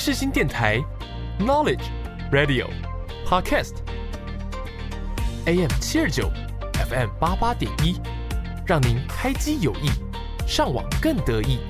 世新电台 Knowledge Radio Podcast AM 729 FM 88.1，让您开机有益，上网更得意。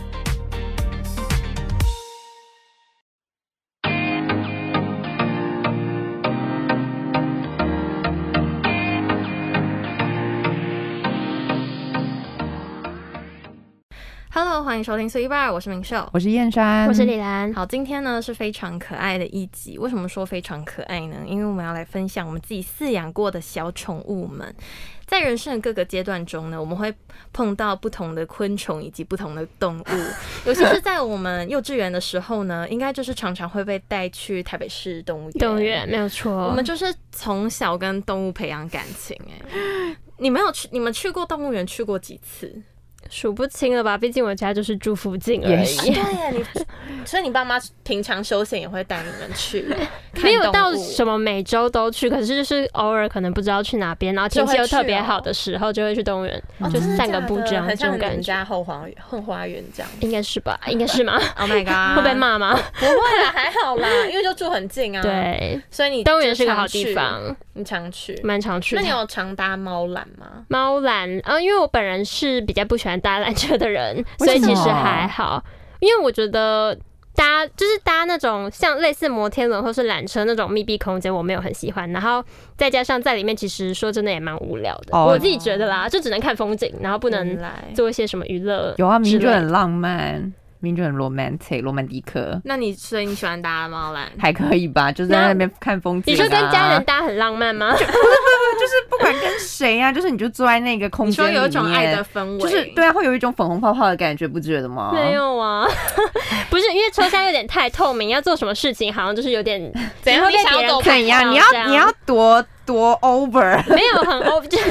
Hello， 欢迎收听随意吧，我是明秀， 我是燕山， 我是李兰。 好，今天呢是非常可爱的一集。为什么说非常可爱呢？因为我们要来分享我们自己饲养过的小宠物们。在人生的各个阶段中呢，我们会碰到不同的昆虫以及不同的动物。尤其是在我们幼稚园的时候呢，应该就是常常会被带去台北市动物园。 动物园没有错， 我们就是从小跟动物培养感情。你们去过动物园去过几次？ 数不清了吧？毕竟我家就是住附近而已。 对呀，所以你爸妈平常休闲也会带你们去， 没有到什么每周都去，可是就是偶尔可能不知道去哪边，然后天气又特别好的时候，就会去动物园，就是散个步这样， 很像你感觉。 们家后花园这样， 应该是吧？应该是吗 ？Oh my god！ 会被骂吗？ 不会啦，还好啦，因为就住很近啊。 对， 所以你动物园是个好地方， 你常去， 蛮常去。 那你有常搭猫缆吗？ 猫缆因为我本人是比较不喜欢搭缆车的人。所以其实还好，因为我觉得搭那种像类似摩天轮或是缆车那种密闭空间，我没有很喜欢。然后再加上在里面，其实说真的也蛮无聊的。我自己觉得啦，就只能看风景，然后不能做一些什么娱乐。 有啊，明就很浪漫。名就很罗曼蒂克。 所以你喜欢搭猫缆？ 还可以吧，就是在那边看风景。 你说跟家人搭很浪漫吗？ 不是，就是不管跟谁啊，就是你就坐在那个空间里面， 你说有一种爱的氛围， 就是对啊，会有一种粉红泡泡的感觉，不觉得吗？ 没有啊，不是因为车厢有点太透明，要做什么事情好像就是有点怎样？你想要怎样？你要多 over？ 没有很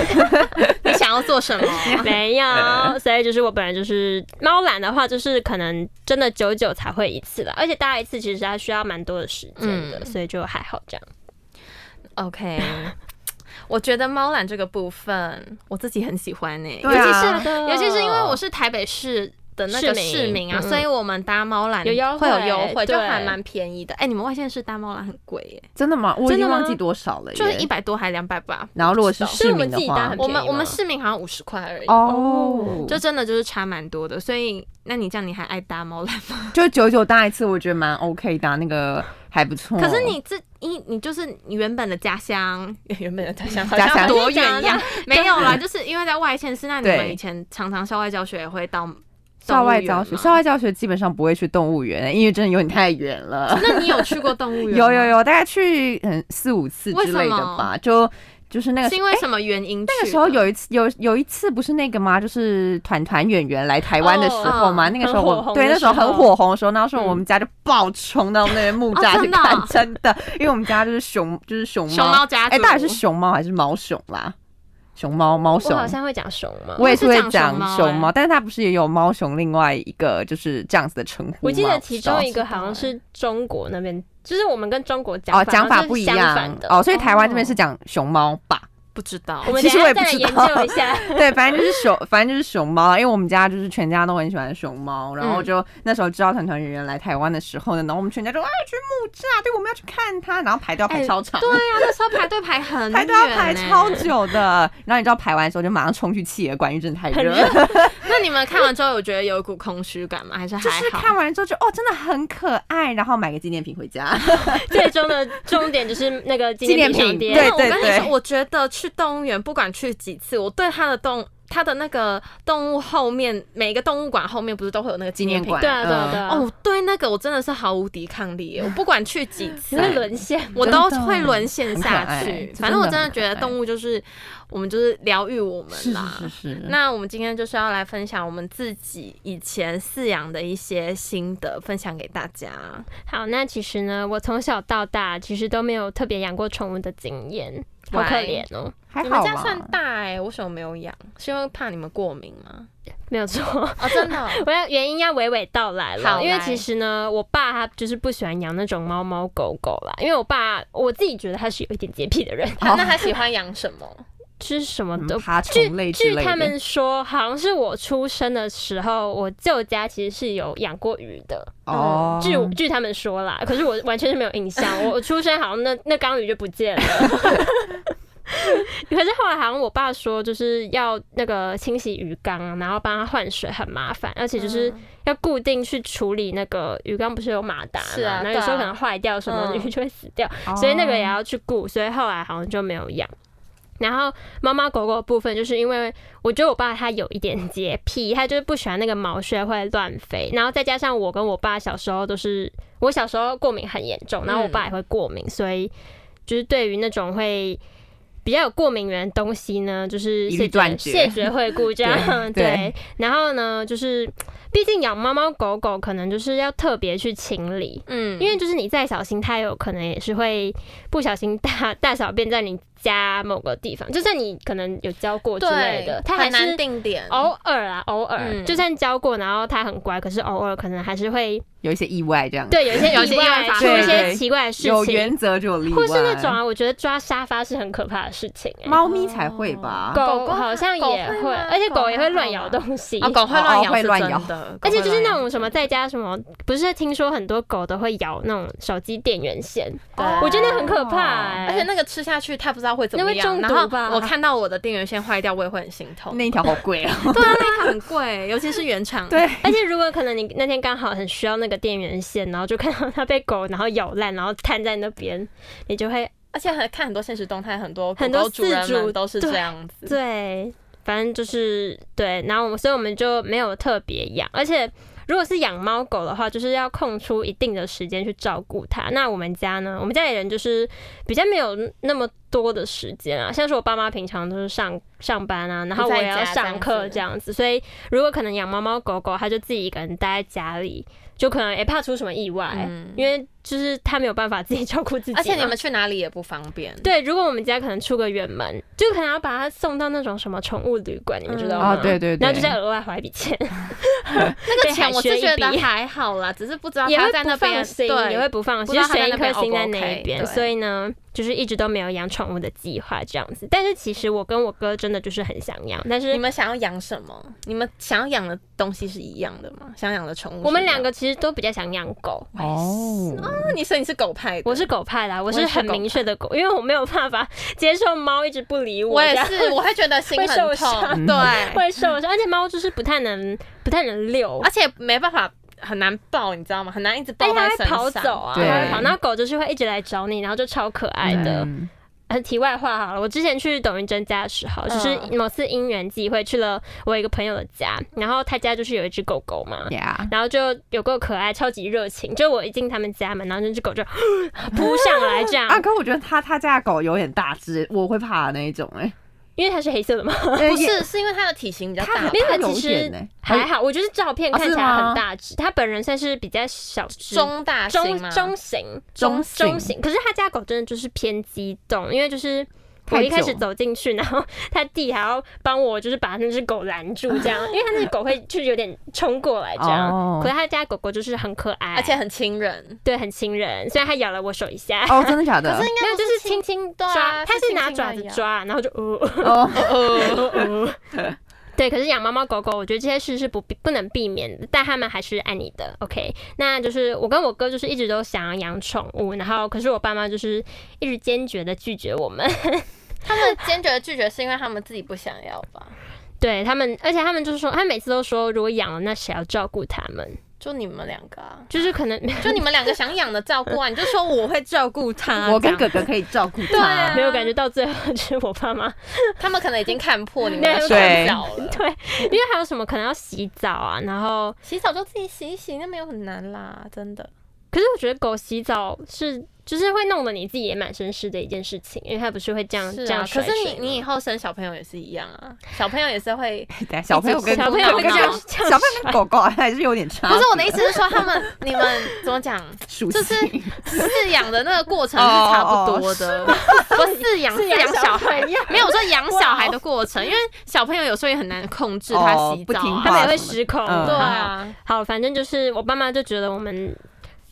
over， 你想要做什么？ 没有，所以就是我本来就是猫缆的话，就是可能真的久久才会一次啦，而且搭一次其实它需要蛮多的时间的，所以就还好这样。 OK， 我觉得猫缆这个部分我自己很喜欢欸，尤其是因为我是台北市的那个市民啊，所以我们搭猫缆会有优惠，就还蛮便宜的。你们外县市搭猫缆很贵耶？ 真的吗？我已经忘记多少了耶， 就是100多还200吧。 然后如果是市民的话， 我们市民好像50块而已哦， 就真的就是差蛮多的。所以那你这样你还爱搭猫缆吗？ 就久久搭一次，我觉得蛮 OK 的，那个还不错。 可是你就是你原本的家乡好像多远一样？没有啦，就是因为在外县市，那你们以前常常校外教学也会到。 校外教学基本上不会去动物园，因为真的有点太远了。 那你有去过动物园吗？ 有，大概去4-5次之类的吧。就是那个是因为什么原因？ 那个时候有一次不是那个吗？就是团圆来台湾的时候嘛。那个时候那时候很火红的时候，那时候我们家就爆冲到那边木栅去看，真的，因为我们家就是熊猫家族。 到底是熊猫还是毛熊啦？熊猫熊， 我好像会讲熊猫， 我也是会讲熊猫，但是它不是也有猫熊另外一个就是这样子的称呼吗？ 我记得其中一个好像是中国那边，就是我们跟中国讲法不一样哦，所以台湾这边是讲熊猫吧？ 不知道， 我们等一下再来研究一下。 对，反正就是熊猫，因为我们家就是全家都很喜欢熊猫，然后就那时候知道团圆来台湾的时候呢，然后我们全家就去木栅，对，我们要去看它，然后排队要排超长。 对啊，那时候排队排很远， 排队要排超久的。然后你知道排完的时候就马上冲去企鹅馆，因为真的太热了。 那你们看完之后有觉得有一股空虚感吗？还是还好？ 就是看完之后就真的很可爱，然后买个纪念品回家。 最终的重点就是那个纪念品商店。 对， 我跟你说，我觉得去动物园不管去几次，我对它的那个动物后面，每个动物馆后面不是都会有那个纪念馆？ 对啊。 对那个我真的是毫无抵抗力耶，我不管去几次， 会沦陷， 我都会沦陷下去。反正我真的觉得动物就是我们就是疗愈我们啦。 是。 那我们今天就是要来分享我们自己以前饲养的一些心得，分享给大家。 好，那其实呢，我从小到大其实都没有特别养过宠物的经验。好可怜哦！ 还好吧， 你们家算大为什么没有养？是因为怕你们过敏吗？ 没有错真的我要原因要娓娓道来了。因为其实呢，我爸他就是不喜欢养那种猫猫狗狗啦，因为我自己觉得他是有一点洁癖的人。 那他喜欢养什么？ 吃什么都爬虫类之类的。 据他们说，好像是我出生的时候，我舅家其实是有养过鱼的。 哦， 据他们说啦，可是我完全是没有印象。我出生好像那缸鱼就不见了。可是后来好像我爸说，就是要那个清洗鱼缸，然后帮他换水很麻烦，而且就是要固定去处理那个鱼缸，不是有马达嘛？ 是啊， 然后有时候可能坏掉什么，鱼就会死掉，所以那个也要去顾，所以后来好像就没有养。然后猫猫狗狗的部分，就是因为我觉得我爸他有一点洁癖，他就是不喜欢那个毛屑会乱飞，然后再加上我跟我爸小时候我小时候过敏很严重，然后我爸也会过敏，所以就是对于那种会比较有过敏源的东西呢，就是谢绝惠顾这样。对，然后呢，就是毕竟养猫猫狗狗可能就是要特别去清理，因为就是你再小心，它有可能也是会不小心大小便在你家某个地方，就算你可能有教过之类的，它还是很难定点， 偶尔，就算教过，然后它很乖，可是偶尔可能还是会有一些意外这样子。 对，有一些意外出一些奇怪的事情， 有原则就有例外。 或是那种我觉得抓沙发是很可怕的事情。 猫咪才会吧， 狗好像也会，而且狗也会乱咬东西。 狗会乱咬的， 而且就是那种什么在家什么，不是听说很多狗都会咬那种手机电源线，我觉得很可怕。 而且那个吃下去，它不知道会怎么样。然后我看到我的电源线坏掉，我也会很心痛。 那一条好贵啊！ 对啊，那一条很贵，尤其是原厂。 对， 而且如果可能你那天刚好很需要那个电源线，然后就看到它被狗然后咬烂，然后瘫在那边，你就会， 而且看很多现实动态，很多主人们都是这样子。 对，反正就是对，然后所以我们就没有特别养，而且如果是养猫狗的话，就是要空出一定的时间去照顾它。那我们家呢，我们家里人就是比较没有那么多的时间啊，像是我爸妈平常都是上班啊，然后我也要上课这样子，所以如果可能养猫猫狗狗，他就自己一个人待在家里，就可能也怕出什么意外，因为就是他没有办法自己照顾自己， 而且你们去哪里也不方便。 对，如果我们家可能出个远门，就可能要把它送到那种什么宠物旅馆，你们知道吗？ 对， 然后就再额外花一笔钱。 那个钱我是觉得还好啦，只是不知道他在那边， 也会不放心，就悬一颗心在那一边，所以呢，就是一直都没有养宠物的计划这样子。但是其实我跟我哥真的就是很想养，但是你们想要养什么？你们想要养的东西是一样的吗？想养的宠物？ 我们两个其实都比较想养狗。 你说你是狗派的， 我是狗派的，我是很明确的狗，因为我没有办法接受猫一直不理我。 我也是，我会觉得心很痛，对， 会受伤，而且猫就是不太能遛， 而且没办法。很难抱，你知道吗？很难一直抱在身上。 它会跑走啊， 对， 然后狗就是会一直来找你，然后就超可爱的。题外话好了，我之前去董云珍家的时候，就是某次因缘际会去了我一个朋友的家，然后他家就是有一只狗狗嘛，然后就有够可爱，超级热情。就我一进他们家门，然后那只狗就扑上来这样。 可我觉得他家的狗有点大只，我会怕的那一种因为它是黑色的吗？ 不是，是因为它的体型比较大。 没有，其实还好。我觉得照片看起来很大只，它本人算是比较小只， 中大型吗？ 中型。可是他家狗真的就是偏激动，因为就是我一开始走进去，然后他弟还要帮我，就是把那只狗拦住，这样，因为他那只狗会就是有点冲过来这样。可是他家狗狗就是很可爱， 而且很亲人， 对，很亲人。虽然它咬了我手一下， 真的假的？ 可是应该没有，就是轻轻抓，它是拿爪子抓，然后就对，可是养猫猫狗狗，我觉得这些事是不能避免的，但他们还是爱你的。OK， 那就是我跟我哥就是一直都想要养宠物，然后可是我爸妈就是一直坚决的拒绝我们。 他们坚决的拒绝是因为他们自己不想要吧？ 对他们，而且他们就是说，他每次都说，如果养了，那谁要照顾他们？ 就你们两个啊， 就是可能就你们两个想养的照顾啊，你就说我会照顾他， 我跟哥哥可以照顾他， 对啊， 没有感觉到最后就是我爸妈， 他们可能已经看破你们的手脚了， 对，因为还有什么可能要洗澡啊，然后洗澡就自己洗一洗，那没有很难啦，真的。 可是我觉得狗洗澡就是会弄得你自己也满身湿的一件事情，因为它不是会这样甩水。 可是你以后生小朋友也是一样啊，小朋友也是会， 小朋友跟狗狗还是有点差。 不是，我的意思是说，你们怎么讲，就是饲养的那个过程是差不多的。不饲养小孩，没有说养小孩的过程，因为小朋友有时候也很难控制他洗澡， 他们也会失控。 对啊， 好，反正就是我爸妈就觉得我们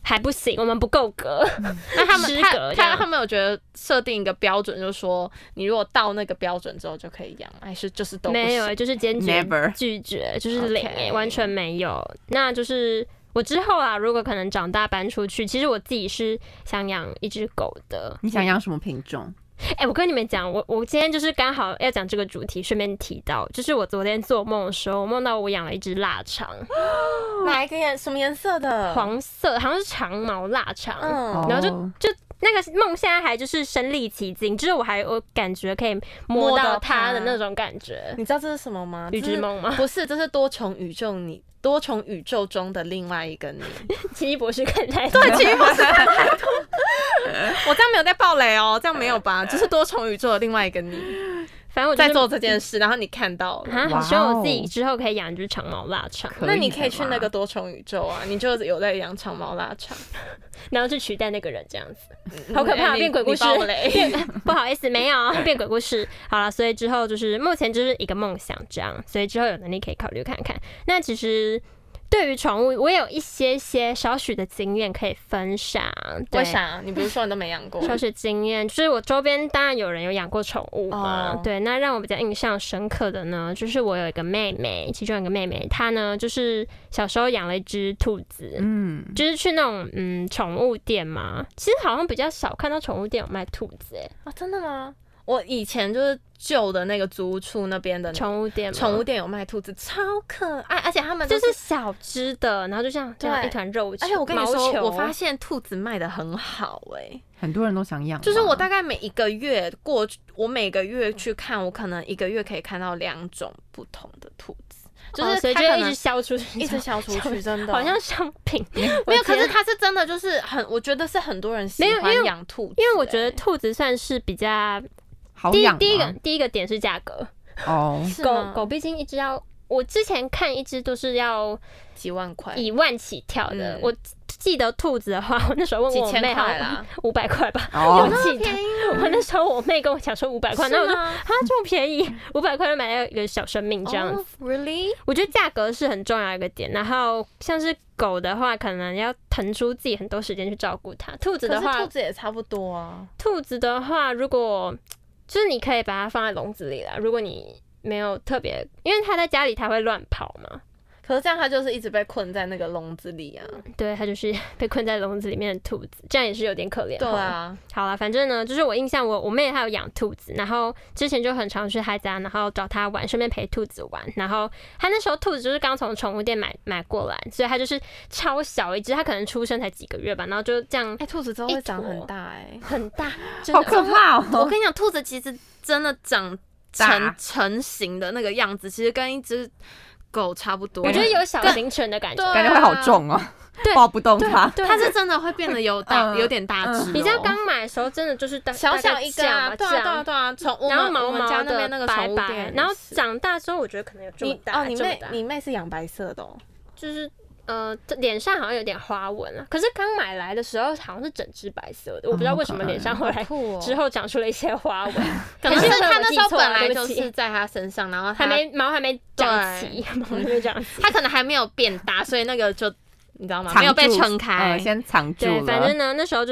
还不行，我们不够格。 那他们有觉得设定一个标准，就是说你如果到那个标准之后就可以养，还是就是都不行？ 没有，就是坚决 Never 拒绝，就是零完全没有。那就是我之后啊，如果可能长大搬出去，其实我自己是想养一只狗的。 你想养什么品种？ 我跟你们讲，我今天就是刚好要讲这个主题，顺便提到，就是我昨天做梦的时候，我梦到我养了一只腊肠。 哪一个什么颜色的？ 黄色，好像是长毛腊肠。然后就那个梦现在还就是身临其境，就是我感觉可以摸到它的那种感觉。 你知道这是什么吗？ 预知梦吗？ 不是，这是多重宇宙中的另外一个你。 奇异博士看太多，对，奇异博士看太多。我这样没有在爆雷哦，这样没有吧？就是多重宇宙的另外一个你。 反正我在做这件事，然后你看到了， 好希望我自己之后可以养一只长毛腊肠。 那你可以去那个多重宇宙啊，你就有在养长毛腊肠， 然后去取代那个人这样子，好可怕，变鬼故事。不好意思，没有变鬼故事。好了，所以之后就是目前就是一个梦想这样，所以之后有能力可以考虑看看。那其实对于宠物，我有一些少许的经验可以分享。 为啥？你不是说你都没养过？ 少许经验就是我周边当然有人有养过宠物嘛。对，那让我比较印象深刻的呢，就是我有一个妹妹，其中有一个妹妹，她呢就是小时候养了一只兔子。就是去那种宠物店嘛，其实好像比较少看到宠物店有卖兔子真的吗？我以前就是旧的那个租屋处那边的宠物店有卖兔子，超可爱，而且他们就是小只的，然后就像这样一团肉球。 而且我跟你说，我发现兔子卖的很好很多人都想养。 就是我大概每个月去看，我可能一个月可以看到2种不同的兔子。就是所以就一直消出去， 真的好像商品没有。可是它是真的，就是我觉得是很多人喜欢养兔子， 因为我觉得兔子算是比较好养。 第一个点是价格狗毕竟一只要，我之前看一只都是要几万块 ，1万起跳的。我记得兔子的话，我那时候问我妹，好像500块吧，我记得。我那时候我妹跟我讲说500块，那我说这么便宜，500块就买到一个小生命这样子。 Really？ 我觉得价格是很重要一个点。然后像是狗的话，可能要腾出自己很多时间去照顾它。兔子的话， 可是兔子也差不多啊。 兔子的话，如果就是你可以把它放在笼子里啦，如果你没有特别，因为它在家里它会乱跑嘛。 可是这样它就是一直被困在那个笼子里啊。 对，它就是被困在笼子里面的兔子，这样也是有点可怜。 对啊。 好啦，反正呢，就是我印象我妹她有养兔子，然后之前就很常去她家，然后找她玩，顺便陪兔子玩。然后她那时候兔子就是刚从宠物店买过来，所以她就是超小一只，她可能出生才几个月吧，然后就这样。 兔子之后会长很大很大， 好可怕哦！ 我跟你讲，兔子其实真的长成型的那个样子，其实跟一只狗差不多。 我觉得有小型犬的感觉， 感觉会好重哦，抱不动它。 它是真的会变得有点大只。 你家刚买的时候，真的就是小小一个啊，对啊。 然后毛毛家那边那个宠物店， 然后长大之后，我觉得可能有这么大。 你妹是养白色的就是。脸上好像有点花纹啊，可是刚买来的时候好像是整只白色的，我不知道为什么脸上后来之后长出了一些花纹。 可能是他那时候本来就是在他身上，然后毛还没长齐， 他可能还没有变大，所以那个就你知道吗？没有被撑开， 先藏住了。 对，反正呢，那时候就是，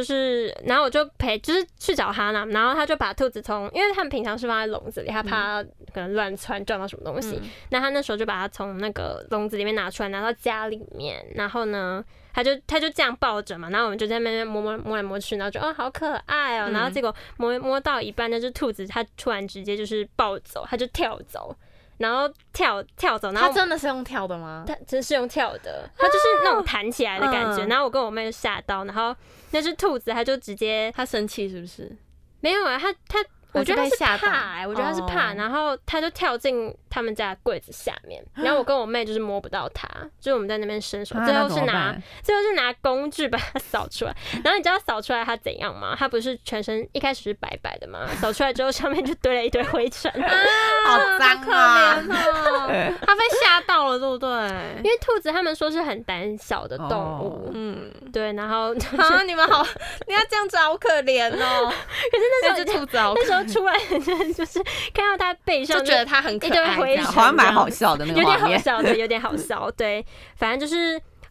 然后我就就是去找他呢，然后他就把兔子因为他们平常是放在笼子里，他怕可能乱窜撞到什么东西，那他那时候就把它从那个笼子里面拿出来，拿到家里面，然后呢，他就这样抱着嘛，然后我们就在那边摸来摸去，然后就好可爱哦，然后结果摸到一半，那只兔子它突然直接就是暴走，它就跳走。然后跳走，然后他真的是用跳的吗？ 他真是用跳的，他就是那种弹起来的感觉。然后我跟我妹就吓到，然后那只兔子，它就直接他生气是不是？ 没有他我觉得他是怕我觉得他是怕，然后他就跳进他们家的柜子下面，然后我跟我妹就是摸不到他，就是我们在那边伸手，最后是拿工具把它扫出来。然后你知道扫出来它怎样吗？它不是全身一开始是白白的吗？扫出来之后上面就堆了一堆灰尘， 好脏啊！ 可怜哦，他被吓到了，对不对？ 因为兔子他们说是很胆小的动物，对，然后你们好，你要这样子好可怜哦。可是那只兔子好可怜， 那时候出来就是看到它背上就觉得它很可爱， 一堆灰尘， 好像蛮好笑的那个画面， 有点好笑，对，反正就是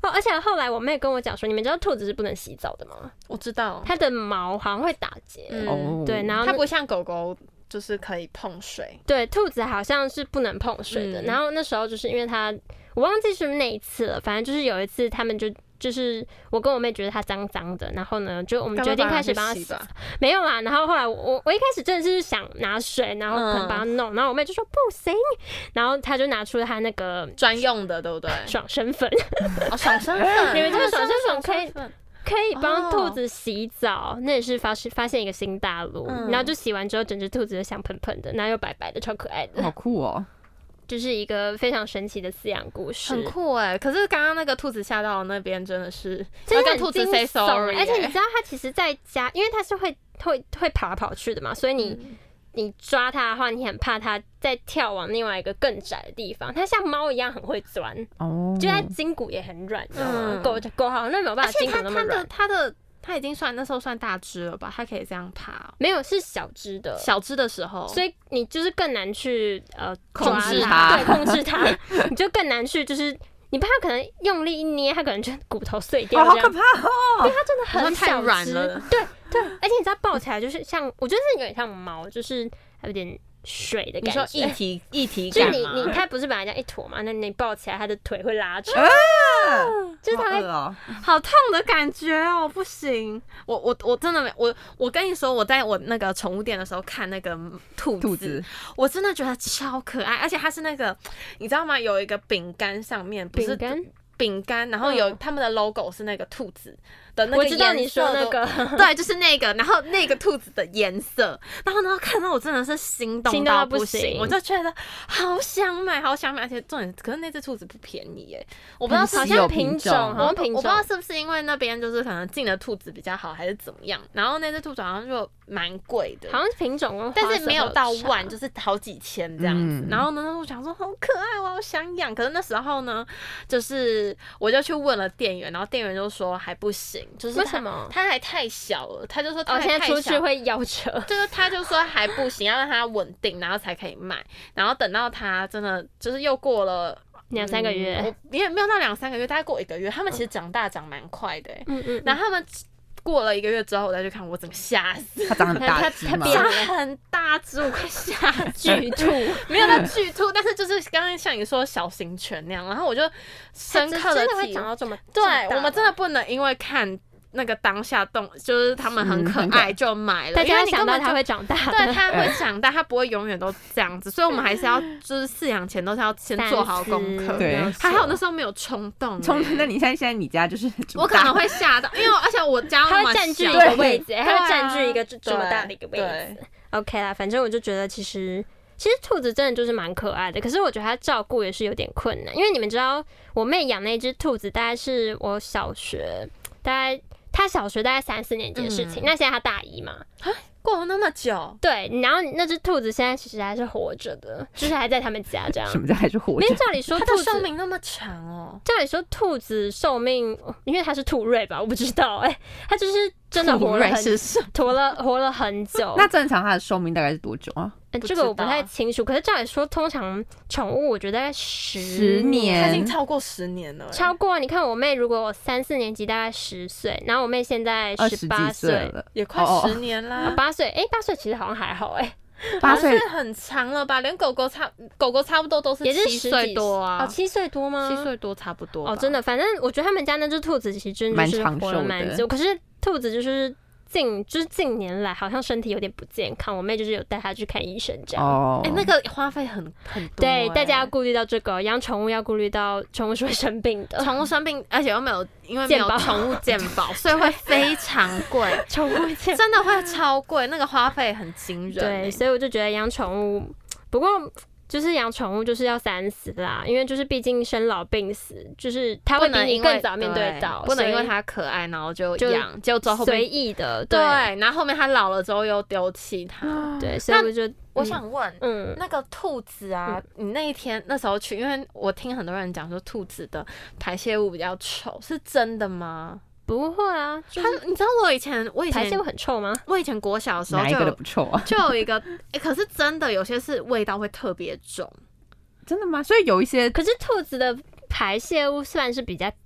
而且后来我妹跟我讲说，你们知道兔子是不能洗澡的吗？ 我知道， 它的毛好像会打结。对，然后它不像狗狗。就是可以碰水， 对，兔子好像是不能碰水的。然后那时候就是因为我忘记是不是那一次了，反正就是有一次他们就是我跟我妹觉得它脏脏的，然后呢，就我们决定开始帮它洗。没有啦，然后后来我一开始真的是想拿水，然后可能帮它弄，然后我妹就说不行，然后她就拿出了她那个专用的，对不对？ 爽身粉， 爽身粉， 你们这个爽身粉可以帮兔子洗澡，那也是发现一个新大陆。然后就洗完之后，整只兔子就香喷喷的，然后又白白的，超可爱的， 好酷哦！ 就是一个非常神奇的饲养故事， 很酷哎。可是刚刚那个兔子吓到的那边真的是要跟兔子 say sorry， 而且你知道它其实在家，因为它是会跑来跑去的嘛，所以你抓它的话，你很怕它再跳往另外一个更窄的地方。它像猫一样很会钻，就它筋骨也很软，知道吗？狗好像没有办法筋骨那么软。 它已经那时候算大只了吧？它可以这样爬， 没有是小只的时候， 所以你就是更难去控制它， 对，控制它，你就更难去就是你怕它可能用力一捏，它可能就骨头碎掉， 好可怕哦！因为它真的很小只， 太软了， 对，而且你知道抱起来就是像，我觉得是有点像猫，就是有点水的感觉。 你说一体感吗？ 就是它不是本来这样一坨嘛？那你抱起来，它的腿会拉长，就是它好痛的感觉哦，不行！我真的没我跟你说，我在我那个宠物店的时候看那个兔子，我真的觉得超可爱，而且它是那个你知道吗？有一个饼干上面不是饼干，然后有他们的 logo 是那个兔子的那个颜色，我知道你说那个， 对，就是那个，然后那个兔子的颜色，然后呢看到我真的是心动到不行，我就觉得好想买，而且重点，可是那只兔子不便宜耶，我不知道好像品种， 我不知道是不是因为那边就是可能进的兔子比较好，还是怎么样，然后那只兔子好像就蛮贵的， 好像是品种， 但是没有到万，就是好几千这样子。然后呢，我想说好可爱，我好想养，可是那时候呢，就是我就去问了店员，然后店员就说还不行，就是为什么？ 它还太小了，他就说它现在出去会夭折， 就是他就说还不行，要让它稳定，然后才可以卖。然后等到它真的就是又过了 2-3个月， 也没有到2-3个月，大概过1个月，他们其实长蛮快的，然后他们过了1个月之后，我再去看，我整个吓死。 它长很大只吗？ 长很大只，我快吓巨兔， 没有到巨兔，但是就是刚刚像你说小型犬那样，然后我就深刻的真的会长到这么， 对，我们真的不能因为看那个当下就是他们很可爱就买了， 因为你想到它会长大， 对，它会长大，它不会永远都这样子，所以我们还是要就是饲养前都是要先做好功课。 对， 还好那时候没有冲动。 那你现在你家就是我可能会吓到，因为而且我家它会占据一个位置，它会占据一个这么大的一个位置。OK 啦，反正我就觉得其实兔子真的就是蛮可爱的，可是我觉得它照顾也是有点困难，因为你们知道我妹养那只兔子，大概是我小学他小学大概3-4年级的事情，那现在他大1嘛， 过了那么久， 对，然后那只兔子现在其实还是活着的，就是还在他们家这样。 什么叫还是活着？ 因为照理说， 它的寿命那么长哦。 照理说，兔子寿命，因为它是兔瑞吧，我不知道，它就是真的活了很久。 那正常它的寿命大概是多久啊？ 这个我不太清楚，可是照理说，通常宠物我觉得大概10年， 它已经超过10年了。 超过，你看我妹，如果我3-4年级大概10岁，然后我妹现在18岁了， 也快10年啦。 8岁，8岁其实好像还好 8岁很长了吧？连狗狗差不多都是7岁多啊。 7岁多吗 ？7岁多差不多。 真的，反正我觉得他们家那只兔子其实真的是活了蛮久，可是兔子就是近年来好像身体有点不健康，我妹就是有带她去看医生这样。 那个花费很多。 对，大家要顾虑到这个，养宠物要顾虑到宠物是会生病的， 宠物生病，而且又因为没有宠物健保，所以会非常贵。 宠物健保真的会超贵，那个花费很惊人。 对，所以我就觉得养宠物，不过。就是养宠物就是要3死啦，因为就是毕竟生老病死，就是它会比你更早面对到， 不能因为它可爱然后就养，就之后随意的， 对，然后后面它老了之后又丢弃它， 对，所以我想问，那个兔子啊，你那时候去，因为我听很多人讲说兔子的排泄物比较臭，是真的吗？ 不会啊， 你知道我以前排泄物很臭吗？ 我以前国小的时候哪一个都不臭啊， 就有一个可是真的有些是味道会特别重， 真的吗？所以有一些， 可是兔子的排泄物算是比较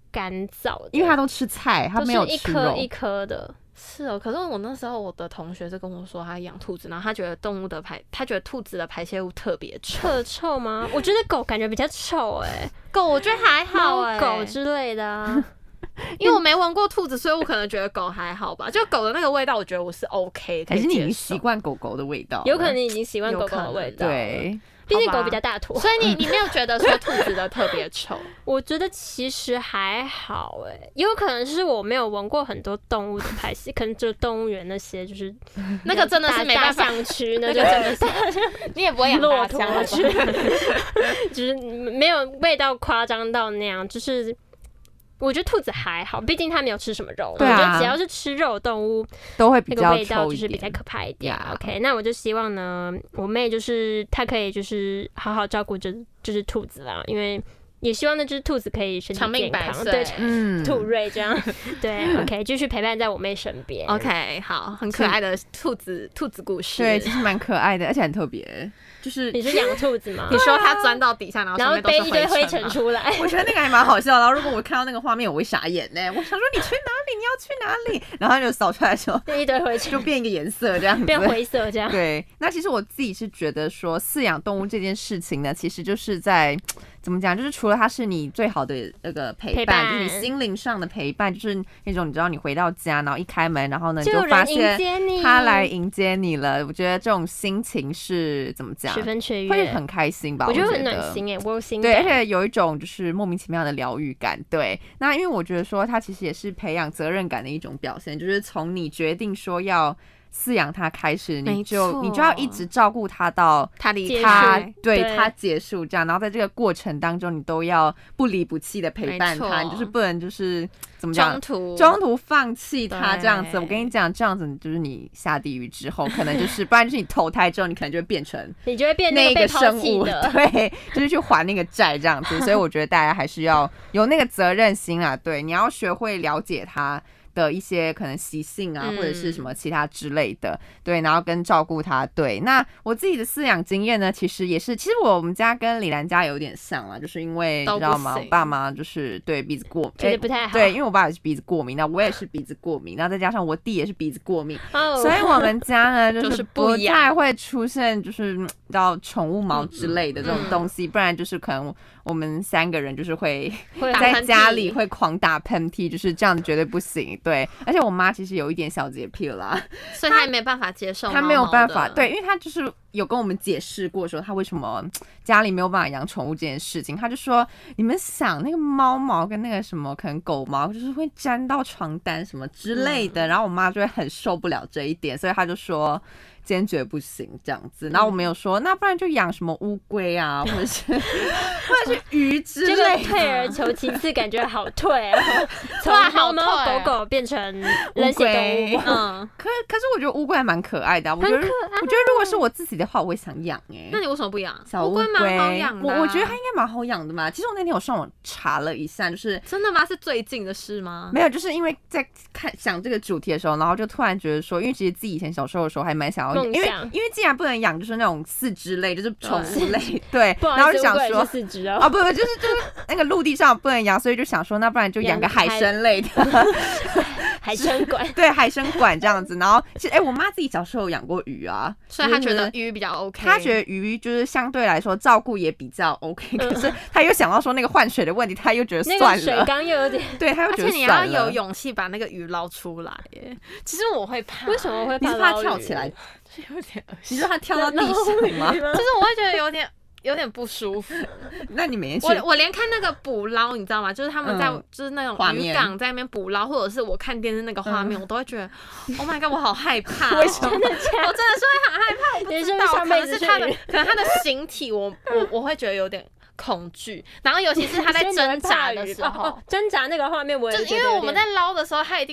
干燥的， 因为它都吃菜，它没有吃肉， 一颗一颗的。 是哦，可是我那时候我的同学是跟我说他养兔子，然后他觉得他觉得兔子的排泄物特别臭。 特臭吗？我觉得狗感觉比较臭狗我觉得还好狗之类的啊。 因为我没闻过兔子，所以我可能觉得狗还好吧。就狗的那个味道，我觉得我是 OK， 还是你已经习惯狗狗的味道？ 有可能你已经习惯狗狗的味道。 对， 毕竟狗比较大坨， 所以你没有觉得说兔子的特别臭？ 我觉得其实还好也有可能是我没有闻过很多动物的排泄，可能只有动物园那些就是那个真的是没办法， 大象区那就真的是你也不会养骆驼去，就是没有味道夸张到那样，就是。我觉得兔子还好，毕竟它没有吃什么肉。 对啊， 我觉得只要是吃肉的动物， 都会比较臭一点， 那个味道就是比较可怕一点。OK， 那我就希望呢，我妹就是她可以就是好好照顾就是兔子啦，因为也希望那只兔子可以身体健康，对，兔瑞这样，对 ，OK， 继续陪伴在我妹身边。 OK， 好，很可爱的兔子故事， 对，其实蛮可爱的，而且很特别。就是你是养兔子吗？ 你说它钻到底下，然后背一堆灰尘出来， 我觉得那个还蛮好笑的。然后如果我看到那个画面，我会傻眼呢。我想说你去哪里？你要去哪里？然后它就扫出来的时候， 一堆灰尘就变一个颜色这样子， 变灰色这样。 对，那其实我自己是觉得说，饲养动物这件事情呢，其实就是在。怎么讲？就是除了它是你最好的那个陪伴，就是你心灵上的陪伴，就是那种你知道你回到家，然后一开门，然后呢你就发现他来迎接你了。我觉得这种心情是怎么讲？ 十分雀跃， 会很开心吧？ 我觉得很暖心窝心感。 对，而且有一种就是莫名其妙的疗愈感。对，那因为我觉得说它其实也是培养责任感的一种表现，就是从你决定说要。饲养它开始，你就要一直照顾它到它离开，对它结束这样，然后在这个过程当中，你都要不离不弃的陪伴它，你就是不能就是怎么讲，中途放弃它这样子。我跟你讲，这样子就是你下地狱之后，可能就是不然就是你投胎之后，你可能就会变成你就会变那个生物， 的对，就是去还那个债这样子。所以我觉得大家还是要有那个责任心啊，对，你要学会了解它。的一些可能习性啊，或者是什么其他之类的，对，然后跟照顾它。对，那我自己的饲养经验呢，其实我们家跟李兰家有点像啦，就是因为你知道吗？我爸妈就是对鼻子过敏， 觉得不太好。 对，因为我爸也是鼻子过敏，那我也是鼻子过敏，然后再加上我弟也是鼻子过敏，所以我们家呢就是不太会出现就是你知道宠物毛之类的这种东西，不然就是可能我们3个人就是会在家里会狂打喷嚏，就是这样绝对不行。对，而且我妈其实有一点小洁癖啦， 所以她也没办法接受毛毛的， 她没有办法，对，因为她就是有跟我们解释过说她为什么家里没有办法养宠物这件事情。她就说你们想那个猫毛跟那个什么可能狗毛就是会沾到床单什么之类的，然后我妈就会很受不了这一点，所以她就说坚决不行这样子。然后我们有说那不然就养什么乌龟啊，或者是鱼之类的。 这个退而求其次，感觉好退啊，从猫猫狗狗变成人血动物。 可是我觉得乌龟还蛮可爱的，我觉得如果是我自己的话，我会想养那你为什么不养？ 小乌龟蛮好养的， 我觉得它应该蛮好养的嘛。其实我那天有上网查了一下，就是真的吗？是最近的事吗？ 没有，就是因为在想这个主题的时候，然后就突然觉得说，因为其实自己以前小时候的时候还蛮想要养，因为既然不能养，就是那种4肢类，就是宠物类，对，然后就想说 4肢啊，不，就是那个陆地上不能养，所以就想说，那不然就养个海参类的。 海参馆对海参馆这样子，然后其实我妈自己小时候有养过鱼啊， 所以她觉得鱼比较 OK， 她觉得鱼就是相对来说照顾也比较 OK，可是她又想到说那个换水的问题，她又觉得算了，那个水缸又有点， 对，她又觉得算了， 而且你要有勇气把那个鱼捞出来耶。其实我会怕， 为什么会怕？ 你是怕跳起来， 有点恶心。 你说她跳到地上吗？ 就是我会觉得有点不舒服。 那你每天去我连看那个捕捞，你知道吗？就是他们在就是那种渔港在那边捕捞，或者是我看电视那个画面，我都会觉得 ，Oh my god， 我好害怕。 为什么？ 我真的是会很害怕。我不知道，可能是他的形体，我会觉得有点恐惧。然后尤其是他在挣扎的时候， 挣扎那个画面，我就是因为我们在捞的时候，他一定会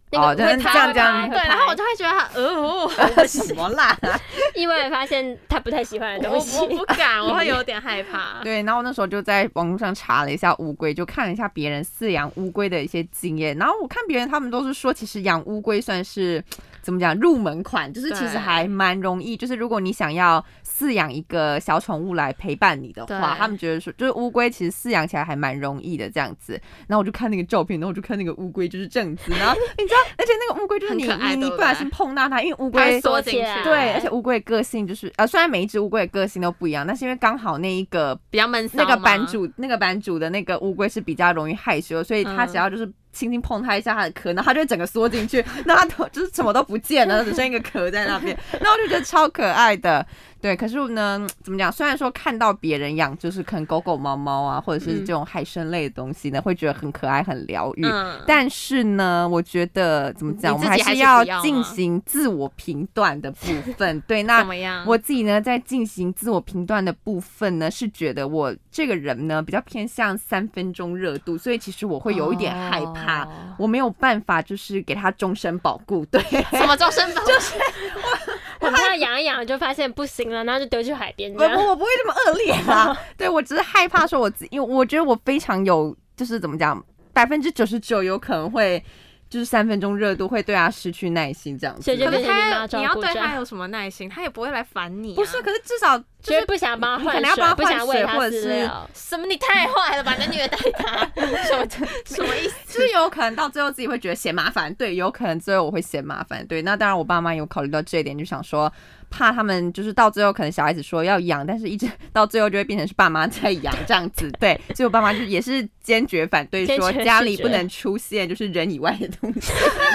那个会这样对，然后我就会觉得什么啦？ 意外发现他不太喜欢的东西， 我不敢，我会有点害怕。 对，然后我那时候就在网络上查了一下乌龟，就看了一下别人饲养乌龟的一些经验，然后我看别人他们都是说，其实养乌龟算是怎么讲入门款，就是其实还蛮容易，就是如果你想要饲养一个小宠物来陪伴你的话，他们觉得说就是乌龟其实饲养起来还蛮容易的这样子。然后我就看那个照片，然后我就看那个乌龟就是这样子，然后你知道，而且那个乌龟就是你不小心碰到它，因为乌龟缩进去， 对，而且乌龟的个性就是虽然每一只乌龟的个性都不一样，但是因为刚好那一个比较闷骚， 那个版主的那个乌龟是比较容易害羞，所以它只要就是轻轻碰它一下它的壳，然后它就会整个缩进去，那它就是什么都不见了，只剩一个壳在那边，然后我就觉得超可爱的。对，可是呢，怎么讲？虽然说看到别人养，就是可能狗狗、猫猫啊，或者是这种海参类的东西呢，会觉得很可爱、很疗愈。但是呢，我觉得怎么讲，我们还是要进行自我评断的部分。对，那我自己呢，在进行自我评断的部分呢，是觉得我这个人呢比较偏向3分钟热度，所以其实我会有一点害怕，我没有办法就是给他终身保固。对， 什么终身保固？ 就是我怕它养一养就发现不行了，然后就丢去海边。 我不会这么恶劣啦。对，我只是害怕说因为我觉得我非常有，就是怎么讲，99%有可能会。就是3分钟热度会对他失去耐心这样子， 所以就变成你要对他有什么耐心，他也不会来烦你。 不是，可是至少就是不想帮他换水， 不想喂他或者是什么？你太坏了吧！你虐待他，什么意思？ 就是有可能到最后自己会觉得嫌麻烦，对，有可能最后我会嫌麻烦，对。那当然，我爸妈有考虑到这一点，就想说。怕他们就是到最后可能小孩子说要养，但是一直到最后就会变成是爸妈在养这样子，对，所以我爸妈就也是坚决反对说家里不能出现就是人以外的东西，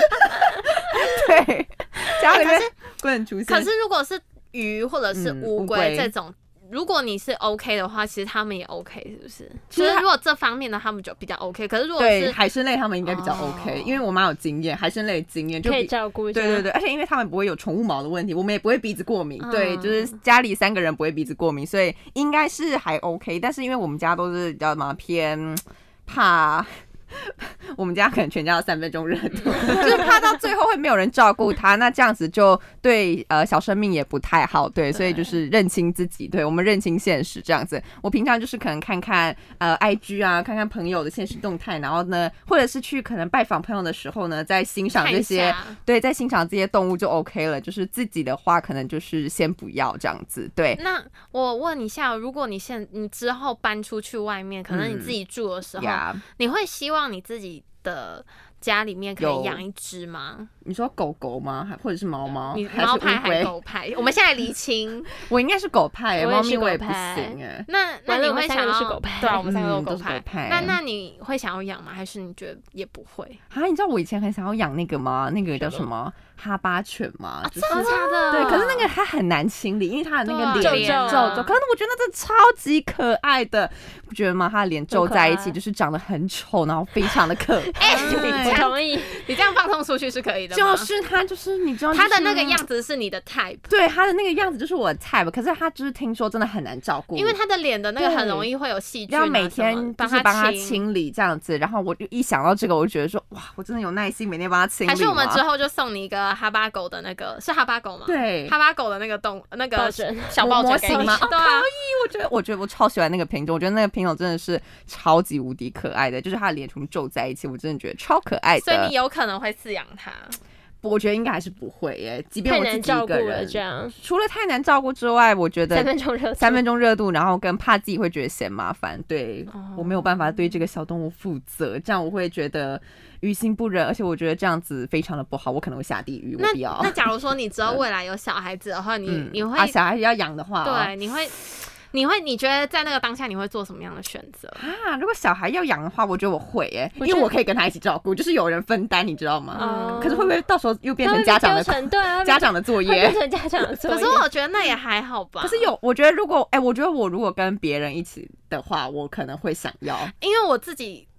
对，家里面不能出现。 可是如果是鱼或者是乌龟这种。如果你是 OK 的话，其实他们也 OK， 是不是？就是如果这方面的他们就比较 OK， 可是如果是对海参类，他们应该比较 OK，因为我妈有经验，海参类的经验就可以照顾一下。 对，而且因为他们不会有宠物毛的问题，我们也不会鼻子过敏，对，就是家里3个人不会鼻子过敏，所以应该是还 OK。但是因为我们家都是叫什么偏怕。我们家可能全家要3分钟热度，就是怕到最后会没有人照顾他，那这样子就对小生命也不太好，对，所以就是认清自己，对我们认清现实这样子。我平常就是可能看看IG 啊，看看朋友的现实动态，然后呢，或者是去可能拜访朋友的时候呢，在欣赏这些，对，在欣赏这些动物就 OK 了。就是自己的话，可能就是先不要这样子。对， 那我问一下，如果你之后搬出去外面，可能你自己住的时候，你会希望你自己的家里面可以养一只吗？ 你说狗狗吗？或者是猫猫？ 你猫派还是狗派？我们现在厘清。 我应该是狗派，猫咪我也不行哎。那你会想要是狗派？ 对啊，我们3个都狗派。 那你会想要养吗？还是你觉得也不会？ 啊，你知道我以前很想要养那个吗？那个叫什么哈巴犬吗？ 真的假的？ 对，可是那个它很难清理，因为它的那个脸皱。可是我觉得那真的超级可爱的，不觉得吗？它的脸皱在一起，就是长得很丑，然后非常的可爱。 我同意， 你这样放送出去是可以的吗？ 就是它，就是你知道， 它的那个样子是你的 type， 对，它的那个样子就是我的 type， 可是它就是听说真的很难照顾， 因为它的脸的那个很容易会有细菌， 要每天帮它清理这样子。然后我就一想到这个，我就觉得说，哇，我真的有耐心每天帮它清理。 还是我们之后就送你一个哈巴狗的那个，是哈巴狗吗？ 对， 哈巴狗的那个小抱枕型吗？ 对啊， 可以，我觉得我超喜欢那个品种，我觉得那个品种真的是超级无敌可爱的，就是它的脸全部皱在一起，我真的觉得超可爱的。 所以你有可能会饲养它？ 我觉得应该还是不会耶，即便我自己一个人， 这样除了太难照顾之外，我觉得 3 分钟热度，然后跟怕自己会觉得嫌麻烦，对，我没有办法对这个小动物负责，这样我会觉得于心不忍，而且我觉得这样子非常的不好，我可能会下地狱。我不要。 那假如说你之后未来有小孩子的话，你会小孩子要养的话， 对，你觉得在那个当下你会做什么样的选择啊？如果小孩要养的话，我觉得我会耶，因为我可以跟他一起照顾，就是有人分担，你知道吗？可是会不会到时候又变成家长的家长的作业？ 变成家长的作业。 可是我觉得那也还好吧。 可是我觉得我觉得我如果跟别人一起的话，我可能会想要， 因为我自己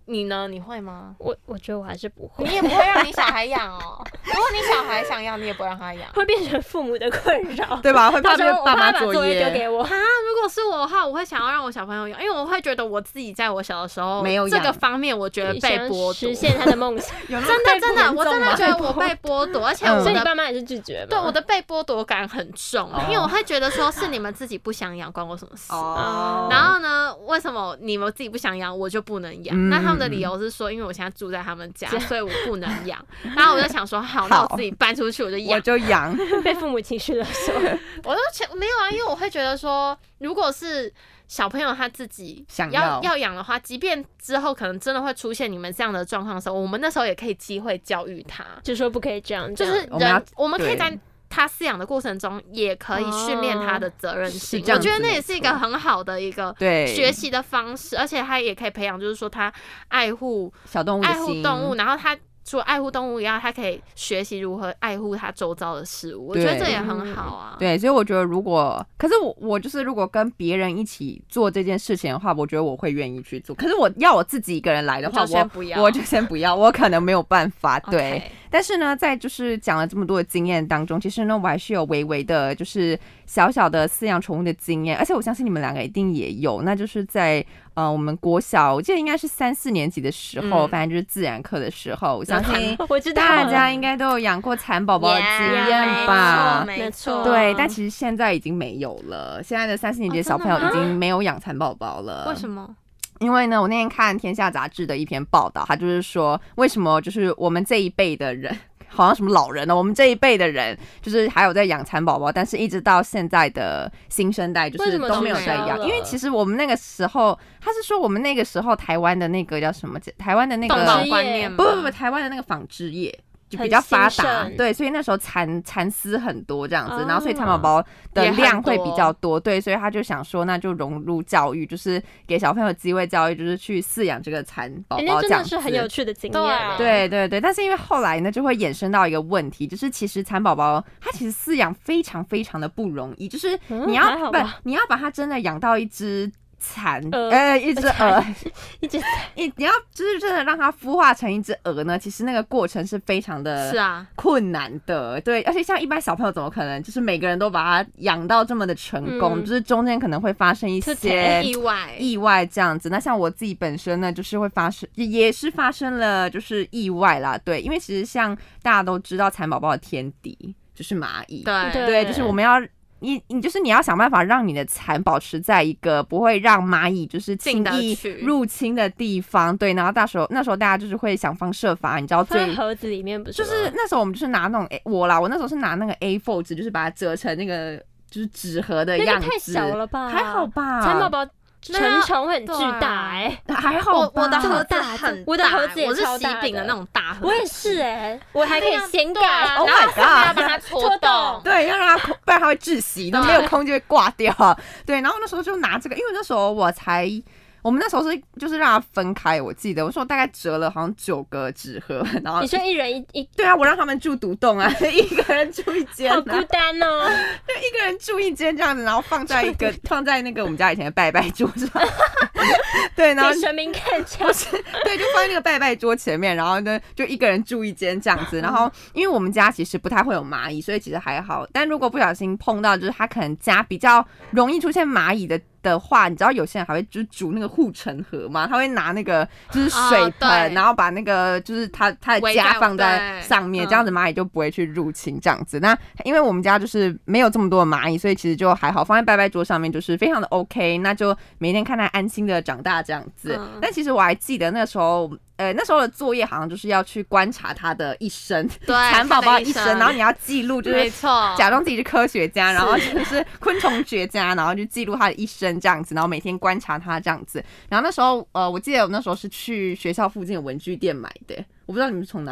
你呢？你会吗？ 我觉得我还是不会。 你也不会让你小孩养哦。如果你小孩想养，你也不会让他养， 会变成父母的困扰， 对吧？会怕被爸妈把作业丢给我。 如果是我的话，我会想要让我小朋友养，因为我会觉得我自己在我小的时候没有这个方面，我觉得被剥夺， 实现他的梦想。 真的，我真的觉得我被剥夺，而且所以你爸妈也是拒绝吗？ 对，我的被剥夺感很重，因为我会觉得说是你们自己不想养，关我什么事？然后呢，为什么你们自己不想养，我就不能养？那他们的理由是说，因为我现在住在他们家，所以我不能养。然后我就想说，好，那我自己搬出去，我就养， 被父母情绪勒索。 我都没有啊，因为我会觉得说，如果是小朋友他自己想要养的话，即便之后可能真的会出现你们这样的状况的时候，我们那时候也可以机会教育他， 就说不可以这样， 就是我们可以在他饲养的过程中，也可以训练他的责任心。我觉得那也是一个很好的一个学习的方式，而且他也可以培养，就是说他爱护小动物、 爱护动物，然后他除了爱护动物以外，他可以学习如何爱护他周遭的事物。我觉得这也很好啊。 对，所以我觉得可是我就是如果跟别人一起做这件事情的话，我觉得我会愿意去做。可是我自己一个人来的话，我就先不要，我可能没有办法。对。Okay. 但是呢，在就是讲了这么多的经验当中，其实呢，我还是有微微的，就是小小的饲养宠物的经验，而且我相信你们两个一定也有。那就是在我们国小，我记得应该是3、4年级的时候，反正就是自然课的时候，我相信大家应该都有养过蚕宝宝的经验吧？ 没错。 对，但其实现在已经没有了。现在的3、4年级的小朋友已经没有养蚕宝宝了。 为什么？ 因为呢，我那天看《天下》杂志的一篇报道，他就是说，为什么就是我们这一辈的人，好像什么老人呢？我们这一辈的人，就是还有在养蚕宝宝，但是一直到现在的新生代，就是都没有在养。因为其实我们那个时候，他是说我们那个时候台湾的那个叫什么？台湾的那个动保观念， 不，台湾的那个纺织业。就比较发达，对，所以那时候蚕丝很多这样子，然后所以蚕宝宝的量会比较多，对，所以他就想说，那就融入教育，就是给小朋友机会教育，就是去饲养这个蚕宝宝这样子，真的是很有趣的经验。 对对对，但是因为后来呢，就会衍生到一个问题，就是其实蚕宝宝它其实饲养非常非常的不容易，就是你要把它真的养到一只。一只鹅，你要就是真的让它孵化成一只鹅呢，其实那个过程是非常的困难的，对，而且像一般小朋友怎么可能就是每个人都把它养到这么的成功，就是中间可能会发生一些意外这样子。那像我自己本身呢，就是会也是发生了就是意外啦，对，因为其实像大家都知道蚕宝宝的天敌就是蚂蚁，对，就是我们要。你就是你要想办法让你的蚕保持在一个不会让蚂蚁就是轻易入侵的地方，对，然后那时候大家就是会想方设法，你知道放盒子里面不是？ 就是那时候我们就是拿那种我那时候是拿那个 A4 纸，就是把它折成那个就是纸盒的样子， 太小了吧？ 还好吧？ 蚕宝宝成虫会很巨大还好吧？ 我的盒子很大， 我的盒子也超大， 我是喜饼的那种大盒子。 我也是我还可以掀盖， 然后上面要把它戳洞， 对，要让它不然它会窒息，那没有空就会挂掉。对，然后那时候就拿这个，因为那时候我们那时候是就是让它分开，我记得我说我大概折了好像9个纸盒，然后你说一人一对啊，我让他们住独栋啊，一个人住一间， 好孤单哦， 就一个人住一间这样子，然后放在那个我们家以前的拜拜桌上，对，然后给神明看这样， 对，就放在那个拜拜桌前面，然后呢就一个人住一间这样子，然后因为我们家其实不太会有蚂蚁，所以其实还好，但如果不小心碰到，就是他可能家比较容易出现蚂蚁的话，你知道有些人还会就是煮那个护城河嘛，他会拿那个就是水盆，然后把那个就是他的家放在上面，这样子蚂蚁就不会去入侵这样子。那因为我们家就是没有这么多的蚂蚁，所以其实就还好，放在拜拜桌上面就是非常的 OK， 那就每天看它安心的长大这样子。但其实我还记得那时候的作业好像就是要去观察它的一生，蚕宝宝的一生，然后你要记录，就是假装自己是科学家，然后就是昆虫学家，然后就记录它的一生这样子，然后每天观察它这样子。然后那时候我记得我那时候是去学校附近的文具店买的，我不知道你们从哪里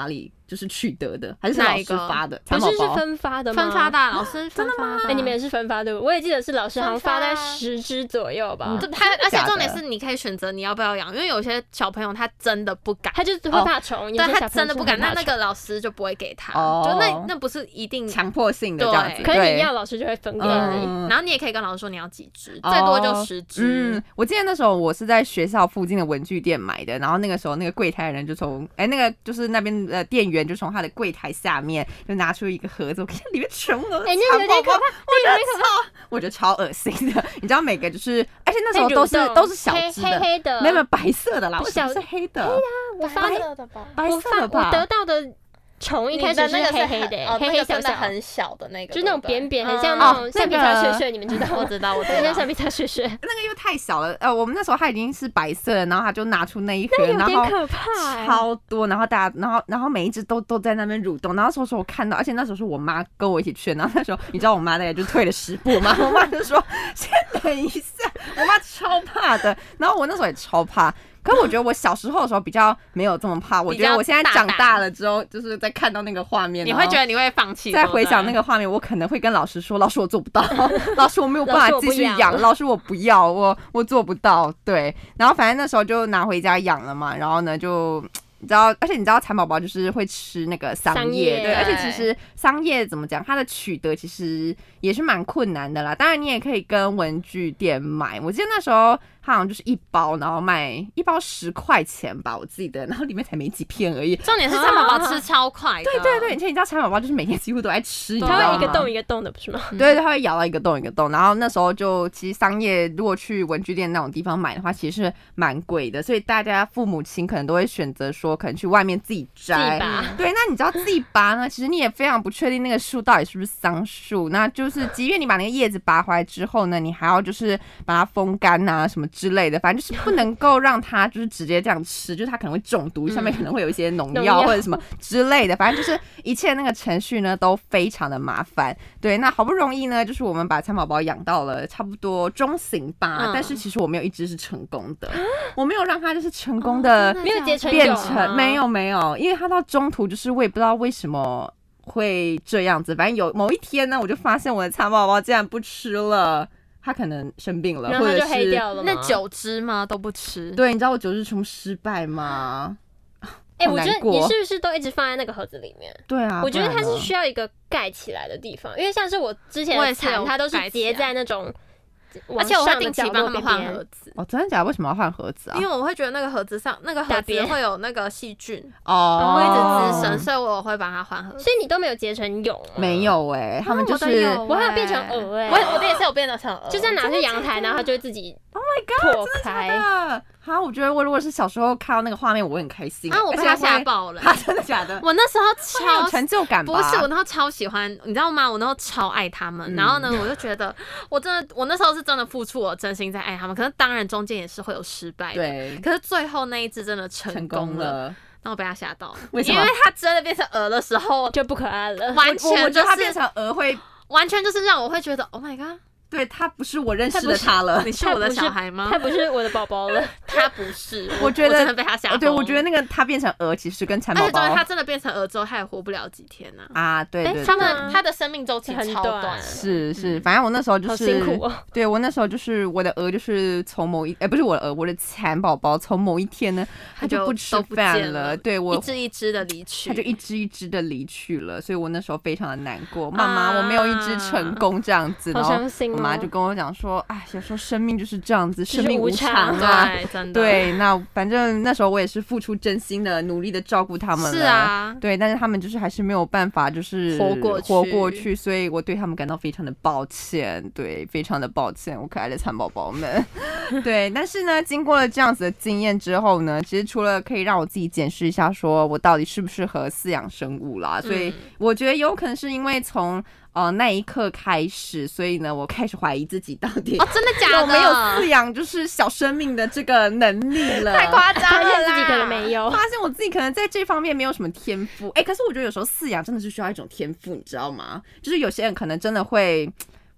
就是取得的，还是老师发的？ 不是分发的吗？ 分发的，老师分发的。 你们也是分发的？我也记得是老师好像发在10只左右吧。 而且重点是你可以选择你要不要养，因为有些小朋友他真的不敢， 他就是会怕虫， 对，他真的不敢，那个老师就不会给他，就那不是一定强迫性的这样子。 可是你要老师就会分给你， 然后你也可以跟老师说你要几只，最多就10只。 我记得那时候我是在学校附近的文具店买的，然后那个时候那个柜台的人就从那个就是那边的店员就从他的柜台下面就拿出一个盒子，我看里面全部都是蚕宝宝，我觉得超恶心的。你知道每个就是，而且那时候都是小只的， 黑的， 没有白色的啦，不是黑的， 我发的吧， 白色的吧， 我得到的。虫一开始是黑黑的，黑黑小小很小的那个， 就那种扁扁，很像那种橡皮擦屑屑，你们知道？ 我知道， 很像橡皮擦屑屑。 那个又太小了，我们那时候它已经是白色的，然后他就拿出那一盒， 然后可怕， 超多，然后大家，然后每一只都在那边蠕动，然后说我看到，而且那时候是我妈跟我一起去，然后那时候你知道我妈大概就退了10步嘛，我妈就说先等一下，我妈超怕的，然后我那时候也超怕。可是我觉得我小时候的时候比较没有这么怕，我觉得我现在长大了之后，就是在看到那个画面， 你会觉得你会放弃。 再回想那个画面，我可能会跟老师说：“老师，我做不到，老师我没有办法继续养，老师我不要，我做不到。”对，然后反正那时候就拿回家养了嘛，然后呢就。你知道，而且你知道蚕宝宝就是会吃那个桑叶，对，而且其实桑叶怎么讲，它的取得其实也是蛮困难的啦。当然你也可以跟文具店买，我记得那时候它好像就是1包，然后卖1包10块钱吧，我记得，然后里面才没几片而已。 重点是蚕宝宝吃超快的， 对，而且你知道蚕宝宝就是每天几乎都在吃，你知道吗？ 它会一个洞一个洞的，不是吗？ 对，它会咬到一个洞一个洞。然后那时候就其实桑叶如果去文具店那种地方买的话，其实是蛮贵的，所以大家父母亲可能都会选择说，可能去外面自己摘。对，那你知道自己拔呢？其实你也非常不确定那个树到底是不是桑树。那就是即便你把那个叶子拔回来之后呢，你还要就是把它风干啊什么之类的，反正就是不能够让它就是直接这样吃，就是它可能会中毒，上面可能会有一些农药或者什么之类的，反正就是一切那个程序呢都非常的麻烦。对，那好不容易呢，就是我们把蚕宝宝养到了差不多中型吧，但是其实我没有一只是成功的，我没有让它就是成功的没有结成变成没有，因为它到中途就是我也不知道为什么会这样子，反正有某一天呢，我就发现我的蚕宝宝竟然不吃了。他可能生病了，或者是黑掉了吗？ 那9只吗？都不吃。 对，你知道我9只全部失败吗？ 我觉得你是不是都一直放在那个盒子里面？ 对啊， 我觉得它是需要一个盖起来的地方，因为像是我之前的蚕，它都是结在那种。 而且我会定期帮他们换盒子。 哦，真的假的？为什么要换盒子啊？ 因为我会觉得那个盒子上那个盒子会有那个细菌会一直滋生，所以我会帮他换盒子。 所以你都没有结成蛹？ 没有他们就是我还有变成蛾我的也是有变得成蛾， 就在拿去阳台，然后它就会自己 Oh my God， 破开。 好，我觉得我如果是小时候看到那个画面，我会很开心。 我被他吓爆了。 真的假的？ 我那时候超有成就感吧？ 不是，我那时候超喜欢，你知道吗？我那时候超爱他们。然后呢，我就觉得我那时候是真的付出我真心在爱他们。可是当然中间也是会有失败的。 对。 可是最后那一只真的成功了。然后我被他吓到了。 为什么？ 因为他真的变成蛾的时候就不可爱了。 完全我觉得他变成蛾会， 完全就是让我会觉得 Oh my God。 对，他不是我认识的他了。 你是我的小孩吗？ 他不是我的宝宝了。 他不是。 我觉得真的被他吓到。 对，我觉得那个他变成蛾，其实跟蚕宝宝。 而且他真的变成蛾之后，他也活不了几天呢。 对， 他的生命周期超短。 是，反正我那时候就是， 辛苦。 对，我那时候就是我的蛾，就是从不是我的蛾，我的蚕宝宝从某一天呢，他就不吃饭了。对，我一只一只的离去， 他就一只一只的离去了，所以我那时候非常的难过。妈妈，我没有一只成功这样子， 好伤心。 我妈就跟我讲说，哎，有时候生命就是这样子，生命无常啊。 对，真的。 对，那反正那时候我也是付出真心的努力的照顾他们了。 是啊。 对，但是他们就是还是没有办法，就是活过去，所以我对他们感到非常的抱歉。对，非常的抱歉，我可爱的蚕宝宝们。对，但是呢，经过了这样子的经验之后呢，其实除了可以让我自己检视一下，说我到底适不适合饲养生物啦，所以我觉得有可能是因为从那一刻开始，所以呢，我开始怀疑自己到底真的假的？ 我没有饲养就是小生命的这个能力了， 太夸张了啦！ 发现自己可能没有， 发现我自己可能在这方面没有什么天赋。可是我觉得有时候饲养真的是需要一种天赋，你知道吗？就是有些人可能真的会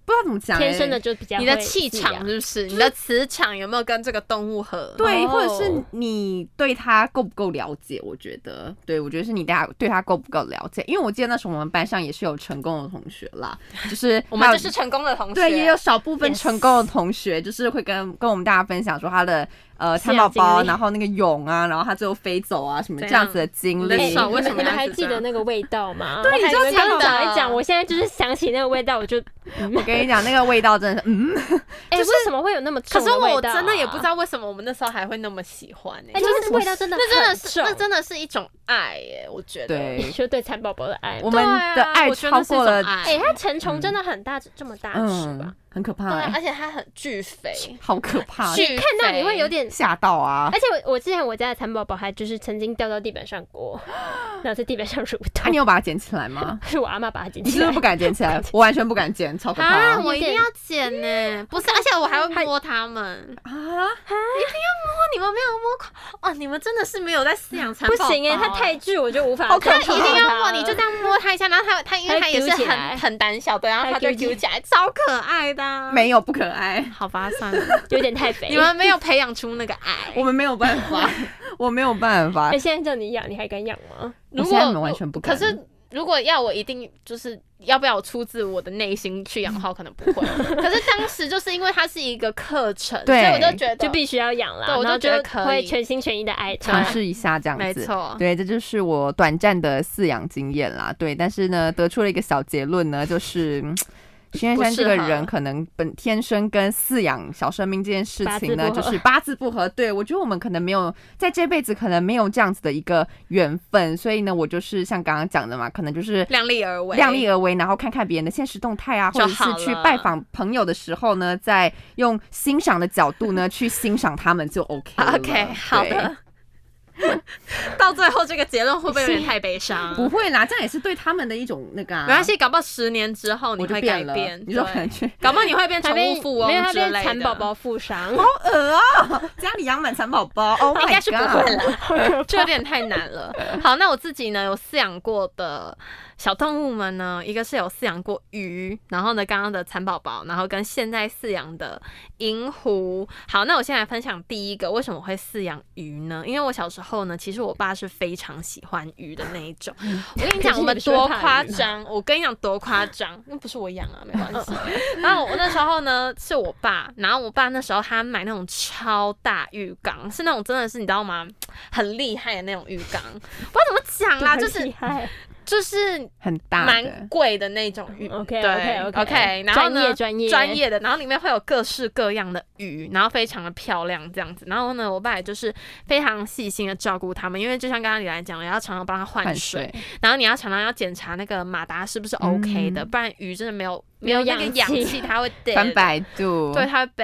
不知道怎么讲， 天生的就比较你的气场是不是？你的磁场有没有跟这个动物合？ 对，或者是你对它够不够了解？我觉得，对我觉得是你对它够不够了解。因为我记得那时候我们班上也是有成功的同学啦，就是我们就是成功的同学， 对，也有少部分成功的同学，就是会跟我们大家分享说他的蚕宝宝，然后那个蛹啊，然后他最后飞走啊，什么这样子的经历。 为什么你们还记得那个味道吗？ 对，你就刚讲一讲，我现在就是想起那个味道，我就我跟你讲，那个味道真的是就是为什么会有那么重的味道？ 可是我真的也不知道为什么我们那时候还会那么喜欢就是味道真的那真的是一种爱耶，我觉得。 对， 你说对蚕宝宝的爱， 我们的爱超过了它成虫真的很大，这么大只吧？ 很可怕， 而且它很巨肥， 好可怕！ 看到你会有点吓到啊！ 而且我之前我家的蚕宝宝还就是曾经掉到地板上过，然后在地板上蠕动。 你有把它捡起来吗？ 是我阿嬷把它捡起来。 你是不是不敢捡起来？我完全不敢捡，超可怕！ 我一定要捡呢，不是，而且我还会摸它们啊！一定要摸，你们没有摸过哦？你们真的是没有在饲养蚕宝宝？ 不行哎，它太巨，我就无法。 它一定要摸，你就这样摸它一下，然后它因为它也是很胆小的，然后它就丢起来，超可爱的。 没有，不可爱。 好吧，算了， 有点太肥。 你们没有培养出那个爱， 我们没有办法，我没有办法。 现在叫你养，你还敢养吗？ 我现在完全不敢。 可是如果要我一定就是要不要出自我的内心去养的话，我可能不会。可是当时就是因为它是一个课程，所以我就觉得就必须要养啦。 对，我就觉得可以， 会全心全意的爱它， 尝试一下这样子。 没错， 对，这就是我短暂的饲养经验啦。对，但是呢，得出了一个小结论呢，就是徐燕珊这个人可能天生跟饲养小生命这件事情呢，就是八字不合。对，我觉得我们可能没有在这辈子可能没有这样子的一个缘分，所以呢，我就是像刚刚讲的嘛，可能就是量力而为，然后看看别人的现实动态啊，或者是去拜访朋友的时候呢，再用欣赏的角度呢去欣赏他们就 OK 了。 OK， 好的。到最后这个结论会不会有点太悲伤？ 不会啦，这样也是对他们的一种那个没关系，搞不好10年之后你会改变。 你说可能去， 搞不好你会变宠物富翁之类的。 蚕宝宝富商， 好恶啊！家里养满蚕宝宝， 应该是不会了，这有点太难了。好，那我自己呢有饲养过的小动物们呢，一个是有饲养过鱼，然后呢刚刚的蚕宝宝，然后跟现在饲养的银狐。好，那我先来分享第一个，为什么会饲养鱼呢？因为我小时候呢，其实我爸是非常喜欢鱼的那一种。我跟你讲，我们多夸张！我跟你讲多夸张，那不是我养啊，没关系。然后我那时候呢是我爸，然后我爸那时候他买那种超大浴缸，是那种真的是你知道吗？很厉害的那种浴缸，不知道怎么讲啦，就是很大蛮贵的那种鱼 ，OK， 然后呢专业的， 然后里面会有各式各样的鱼，然后非常的漂亮这样子。然后呢，我爸也就是非常细心的照顾他们，因为就像刚刚你来讲的，要常常帮他换水，然后你要常常要检查那个马达是不是 OK 的，不然鱼真的没有那个氧气，它会 dead 300度， 对，它会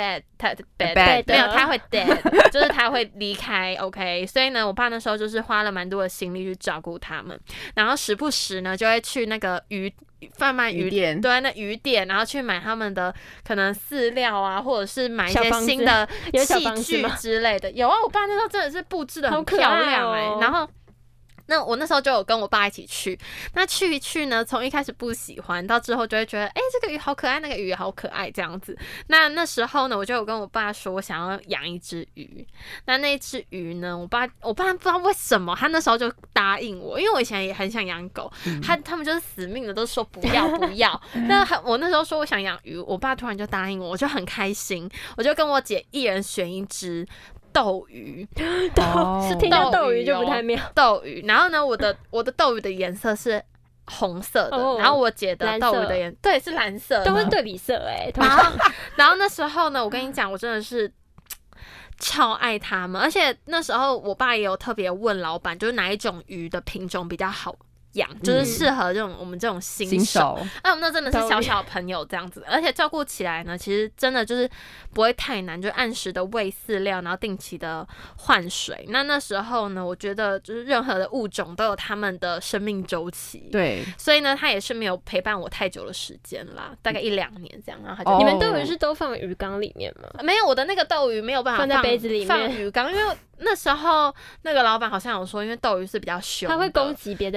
bad， 没有，它会 dead， 就是它会离开 OK。所以呢，我爸那时候就是花了蛮多的心力去照顾他们，然后时不时呢就会去那个贩卖鱼店，对，那鱼店，然后去买他们的可能饲料啊，或者是买一些新的器具之类的。有啊，我爸那时候真的是布置的很漂亮然后。那我那时候就有跟我爸一起去，那去一去呢，从一开始不喜欢，到之后就会觉得，这个鱼好可爱，那个鱼也好可爱这样子。那时候呢，我就有跟我爸说，我想要养一只鱼。那一只鱼呢，我爸不知道为什么，他那时候就答应我，因为我以前也很想养狗，他们就是死命的都说不要不要。那我那时候说我想养鱼，我爸突然就答应我，我就很开心，我就跟我姐一人选一只。斗鱼， 是听到斗鱼就不太妙。 斗鱼，然后呢，我的斗鱼的颜色是红色的，然后我姐的斗鱼的颜对是蓝色的， 都是对比色然后那时候呢，我跟你讲，我真的是超爱他们，而且那时候我爸也有特别问老板，就是哪一种鱼的品种比较好养，就是适合我们这种新手。那我们那真的是小小朋友这样子，而且照顾起来呢，其实真的就是不会太难，就按时的喂饲料，然后定期的换水。那时候呢，我觉得就是任何的物种都有他们的生命周期， 对， 所以呢，他也是没有陪伴我太久的时间啦，大概1-2年这样。然后他就你们斗鱼是都放鱼缸里面吗？ 没有，我的那个斗鱼没有办法放在杯子里面放鱼缸，因为那时候那个老板好像有说，因为斗鱼是比较凶， 他会攻击别的鱼， 对，他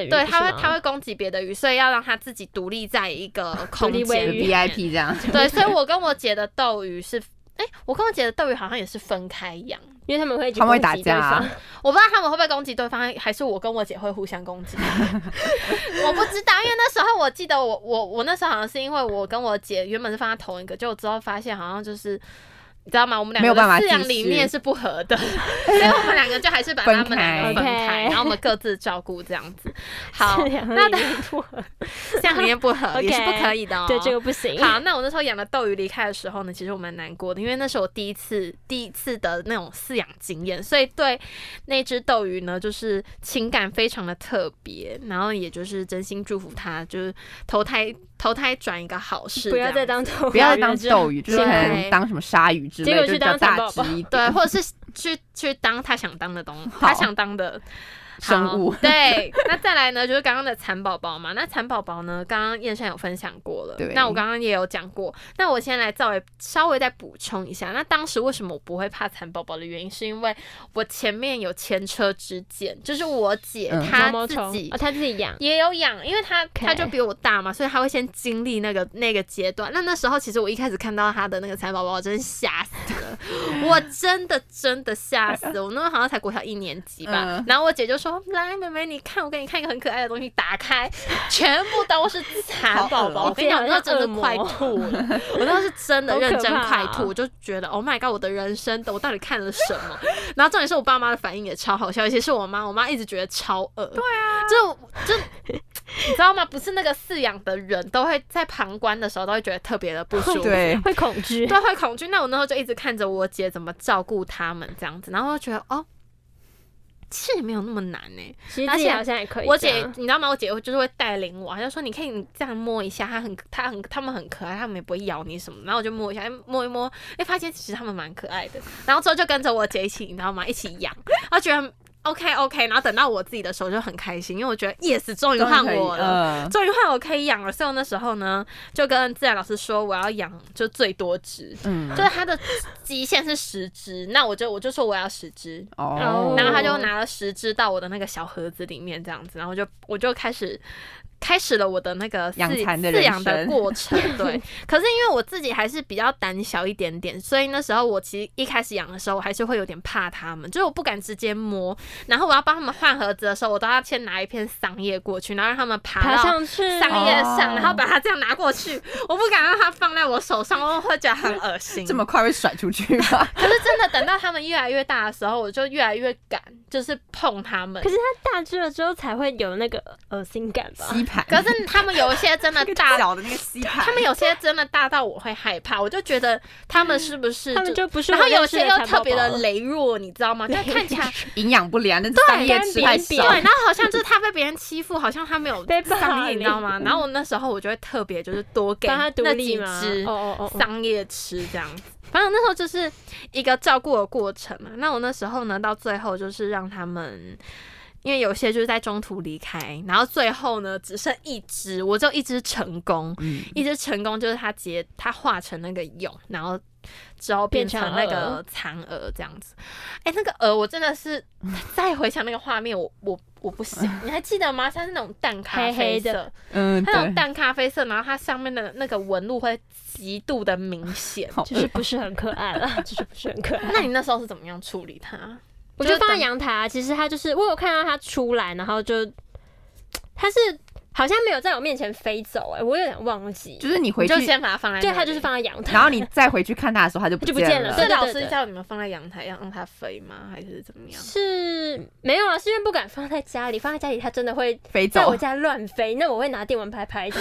它会攻击别的鱼，所以要让它自己独立在一个空间 VIP 这样。 对，所以我跟我姐的斗鱼是，我跟我姐的斗鱼好像也是分开养。 因为他们会打架， 我不知道他们会不会攻击对方，还是我跟我姐会互相攻击。我不知道，因为那时候我记得我那时候好像是因为我跟我姐原本是放在同一个，就之后发现好像就是你知道吗？我们两个的饲养理念是不合的，所以我们两个就还是把他们两个分开，然后我们各自照顾这样子。好，那饲养理念不合也是不可以的哦。 对，这个不行。 好，那我那时候养的斗鱼离开的时候呢，其实我蛮难过的，因为那是我第一次的那种饲养经验，所以对那只斗鱼呢，就是情感非常的特别，然后也就是真心祝福它，就是投胎转一个好事， 不要再当斗鱼， 不要再当斗鱼，就是可能当什么鲨鱼之类的， 结果去当大只一点， 对，或者是去当他想当的他想当的生物。 对，那再来呢，就是刚刚的蚕宝宝嘛。那蚕宝宝呢，刚刚燕山有分享过了，那我刚刚也有讲过。那我现在来稍微再补充一下。那当时为什么我不会怕蚕宝宝的原因，是因为我前面有前车之鉴，就是我姐她自己养，也有养，因为她就比我大嘛，所以她会先经历那个阶段。那时候其实我一开始看到她的那个蚕宝宝，我真是吓死了，我真的吓死了。我那时候好像才国小1年级吧，然后我姐就说。来，妹妹，你看，我给你看一个很可爱的东西，打开，全部都是蚕宝宝。我跟你讲，我那真的快吐了，我那是真的认真快吐，我就觉得 ，Oh my god， 我的人生我到底看了什么？然后重点是我爸妈的反应也超好笑，尤其是我妈一直觉得超恶。对啊，就你知道吗？不是那个饲养的人都会在旁观的时候都会觉得特别的不舒服， 对， 会恐惧， 对，会恐惧。那我那时候就一直看着我姐怎么照顾他们这样子，然后就觉得哦。其实也没有那么难呢， 其实自己好像也可以。 我姐，你知道吗？我姐就是会带领我，她就说你可以这样摸一下，他们很可爱，他们也不会咬你什么。然后我就摸一下，摸一摸，发现其实他们蛮可爱的。然后之后就跟着我姐一起，你知道吗？一起养，然后觉得。OK， 然后等到我自己的时候就很开心，因为我觉得 yes， 终于换我了，终于换我可以养了。所以我那时候呢，就跟自然老师说我要养就最多只，就是它的极限是10只，那我就说我要10只，然后他就拿了10只到我的那个小盒子里面这样子，然后我就开始了我的那个饲养的过程，对。可是因为我自己还是比较胆小一点点，所以那时候我其实一开始养的时候，我还是会有点怕它们，就是我不敢直接摸。然后我要帮他们换盒子的时候，我都要先拿一片桑叶过去，然后让他们爬到桑叶上，然后把它这样拿过去。我不敢让它放在我手上，我会觉得很恶心。 这么快会甩出去吗？ 可是真的等到他们越来越大的时候，我就越来越敢，就是碰他们。 可是它大只了之后才会有那个恶心感吧？ 可是他们有一些真的大小的那个吸盘， 他们有些真的大到我会害怕，我就觉得他们是不是他们就不是， 然后有些又特别的羸弱，你知道吗？就看起来营养不良，那桑叶吃太少， 对，然后好像就是他被别人欺负，好像他没有桑叶，你知道吗？然后我那时候我就会特别就是多给那几只桑叶吃这样子。反正那时候就是一个照顾的过程嘛。那我那时候呢，到最后就是让他们。因为有些就是在中途离开，然后最后呢只剩1只，我就1只成功，一只成功就是它化成那个蛹，然后之后变成那个蚕蛾这样子。那个蛾我真的是再回想那个画面，我不行。你还记得吗？它是那种淡咖啡色，它那种淡咖啡色，然后它上面的那个纹路会极度的明显， 就是不是很可爱了，就是不是很可爱。 那你那时候是怎么样处理它？ 我就放在阳台啊，其实它就是我有看到它出来，然后就它是好像没有在我面前飞走，我有点忘记。 就是你回去就先把它放在那里， 对，它就是放在阳台， 然后你再回去看它的时候，它就不见了。 是老师叫你们放在阳台让它飞吗？还是怎么样？ 是没有啊，是因为不敢放在家里，放在家里它真的会飞走， 在我家乱飞。那我会拿电蚊拍拍它。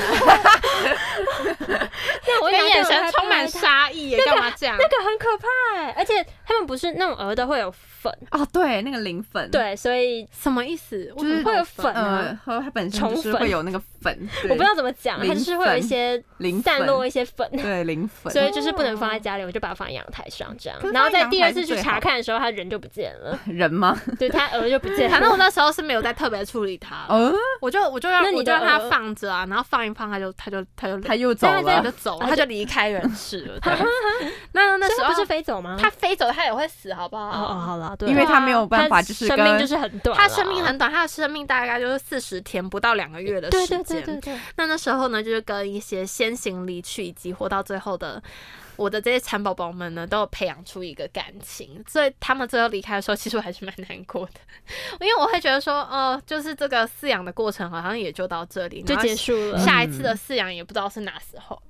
那我眼神充满杀意耶，干嘛这样？ 那个很可怕而且他们不是那种蛾的会有粉哦，对，那个磷粉， 对，所以什么意思？ 就是会有粉和它本身就是会有那个粉， 我不知道怎么讲，它就是会有一些散落一些粉， 对，磷粉， 所以就是不能放在家里，我就把它放在阳台上这样。然后在第二次去查看的时候，它人就不见了。 人吗？ 对，它蛾就不见了。 反正我那时候是没有在特别处理它，我就让它放着啊，然后放一放，它又走了， 它就离开人世了。那时候不是飞走吗？ 它飞走，它也会死，好不好？ 好了，对， 因为它没有办法，就是生命就是很短， 它生命很短，它的生命大概就是40天，不到2个月的时间。 对。 那时候呢，就是跟一些先行离去以及活到最后的我的这些蚕宝宝们呢，都有培养出一个感情，所以他们最后离开的时候，其实我还是蛮难过的，因为我会觉得说，就是这个饲养的过程好像也就到这里， 就结束了。 下一次的饲养也不知道是哪时候。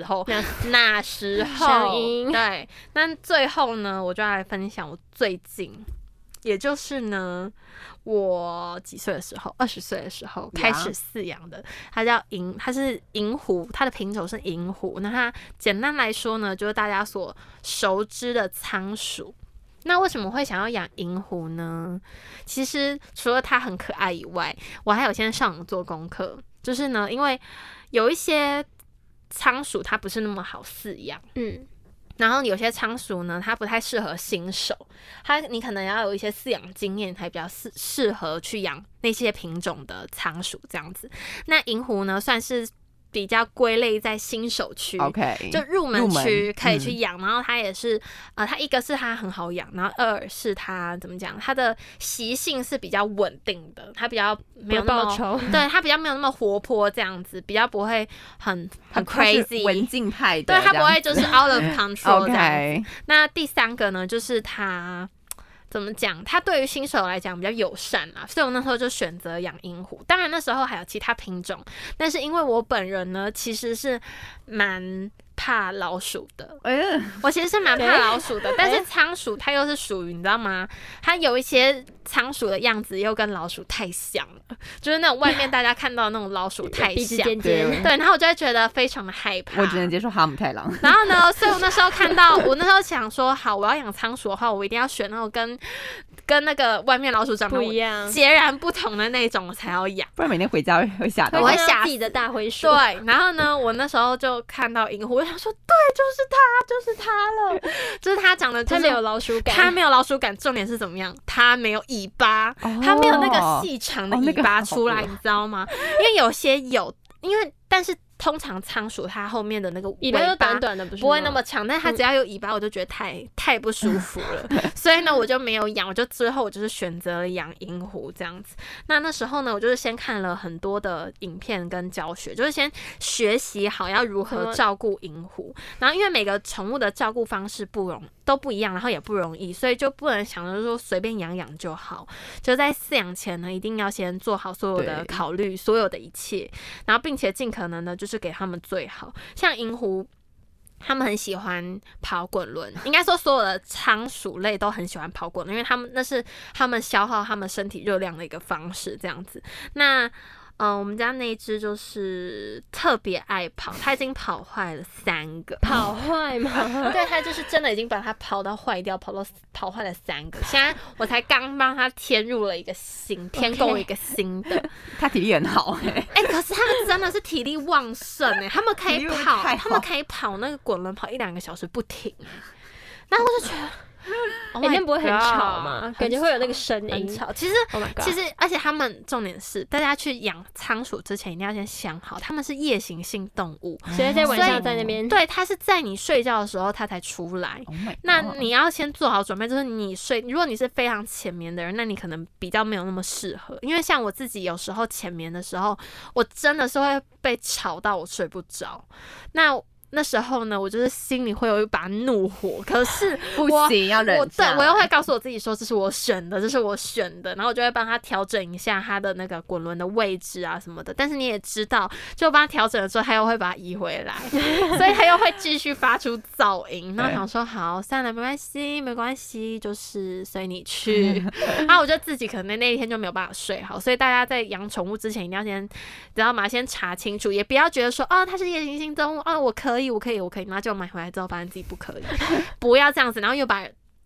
对，那最后呢，我就要来分享我最近，也就是呢，我几岁的时候，20岁的时候开始饲养的，它是银狐，它的品种是银狐。那它简单来说呢，就是大家所熟知的仓鼠。那为什么会想要养银狐呢？其实除了它很可爱以外，我还有先上网做功课，就是呢，因为有一些仓鼠它不是那么好饲养，然后有些仓鼠呢，它不太适合新手，你可能要有一些饲养经验才比较适合去养那些品种的仓鼠这样子。那银狐呢，算是比较归类在新手区， OK， 就入门区可以去养。然后它也是它一个是它很好养，然后二是它怎么讲，它的习性是比较稳定的，它比较没有那么对，它比较没有那么活泼这样子，比较不会很 crazy 文静派的， 对，它不会就是 out of control 这样子。 那第三个呢，就是它怎么讲？它对于新手来讲比较友善啦，所以我那时候就选择养银狐。当然那时候还有其他品种，但是因为我本人呢，其实是蛮怕老鼠的，我其实是蛮怕老鼠的，但是仓鼠它又是属于你知道吗？它有一些仓鼠的样子又跟老鼠太像了，就是那种外面大家看到的那种老鼠太像，对，然后我就会觉得非常的害怕。 我只能接受哈姆太郎。 然后呢，所以我那时候我那时候想说，好，我要养仓鼠的话，我一定要选那种跟那个外面老鼠长得不一样、截然不同的那种，我才要养， 不然每天回家会吓到， 我会吓自己的大灰鼠。 对，然后呢，我那时候就看到银狐，我想说，对，就是它了，就是它长得就是它没有老鼠感， 它没有老鼠感，重点是怎么样？它没有尾巴，它没有那个细长的尾巴出来，你知道吗？因为有些有，但是通常仓鼠它后面的那个尾巴短短的， 不会那么长，但它只要有尾巴，我就觉得太不舒服了。所以呢，我就没有养，最后我就是选择了养银狐这样子。那时候呢，我就是先看了很多的影片跟教学，就是先学习好要如何照顾银狐。然后因为每个宠物的照顾方式都不一样，然后也不容易，所以就不能想着说随便养就好。就在饲养前呢，一定要先做好所有的考虑，所有的一切，然后并且尽可能的就是给他们最好。像银狐，他们很喜欢跑滚轮，应该说所有的仓鼠类都很喜欢跑滚轮，因为那是他们消耗他们身体热量的一个方式，这样子。那我们家那一只就是特别爱跑，它已经跑坏了3个。 跑坏吗？ 对，它就是真的已经把它跑到坏掉，跑坏了3个。现在我才刚帮它添购了一个新的。 它体力很好可是他们真的是体力旺盛他们可以跑那个滚轮跑1-2个小时不停然后我就觉得。 那边不会很吵吗？感觉会有那个声音， 很吵。其实，而且他们重点是，大家去养仓鼠之前一定要先想好，他们是夜行性动物， 所以在晚上在那边， 对，它是在你睡觉的时候它才出来。那你要先做好准备，就是如果你是非常浅眠的人，那你可能比较没有那么适合。因为像我自己有时候浅眠的时候，我真的是会被吵到我睡不着。那时候呢，我就是心里会有一把怒火，可是不行，要忍下。 我又会告诉我自己说这是我选的，然后我就会帮他调整一下他的那个滚轮的位置啊什么的。但是你也知道，就帮他调整的时候，他又会把它移回来，所以他又会继续发出噪音。然后想说好，算了，没关系，就是随你去。然后我就自己可能那一天就没有办法睡好，所以大家在养宠物之前一定要先，知道吗？先查清楚，也不要觉得说它是夜行性动物我可以，然后就买回来之后发现自己不可以，不要这样子，然后又把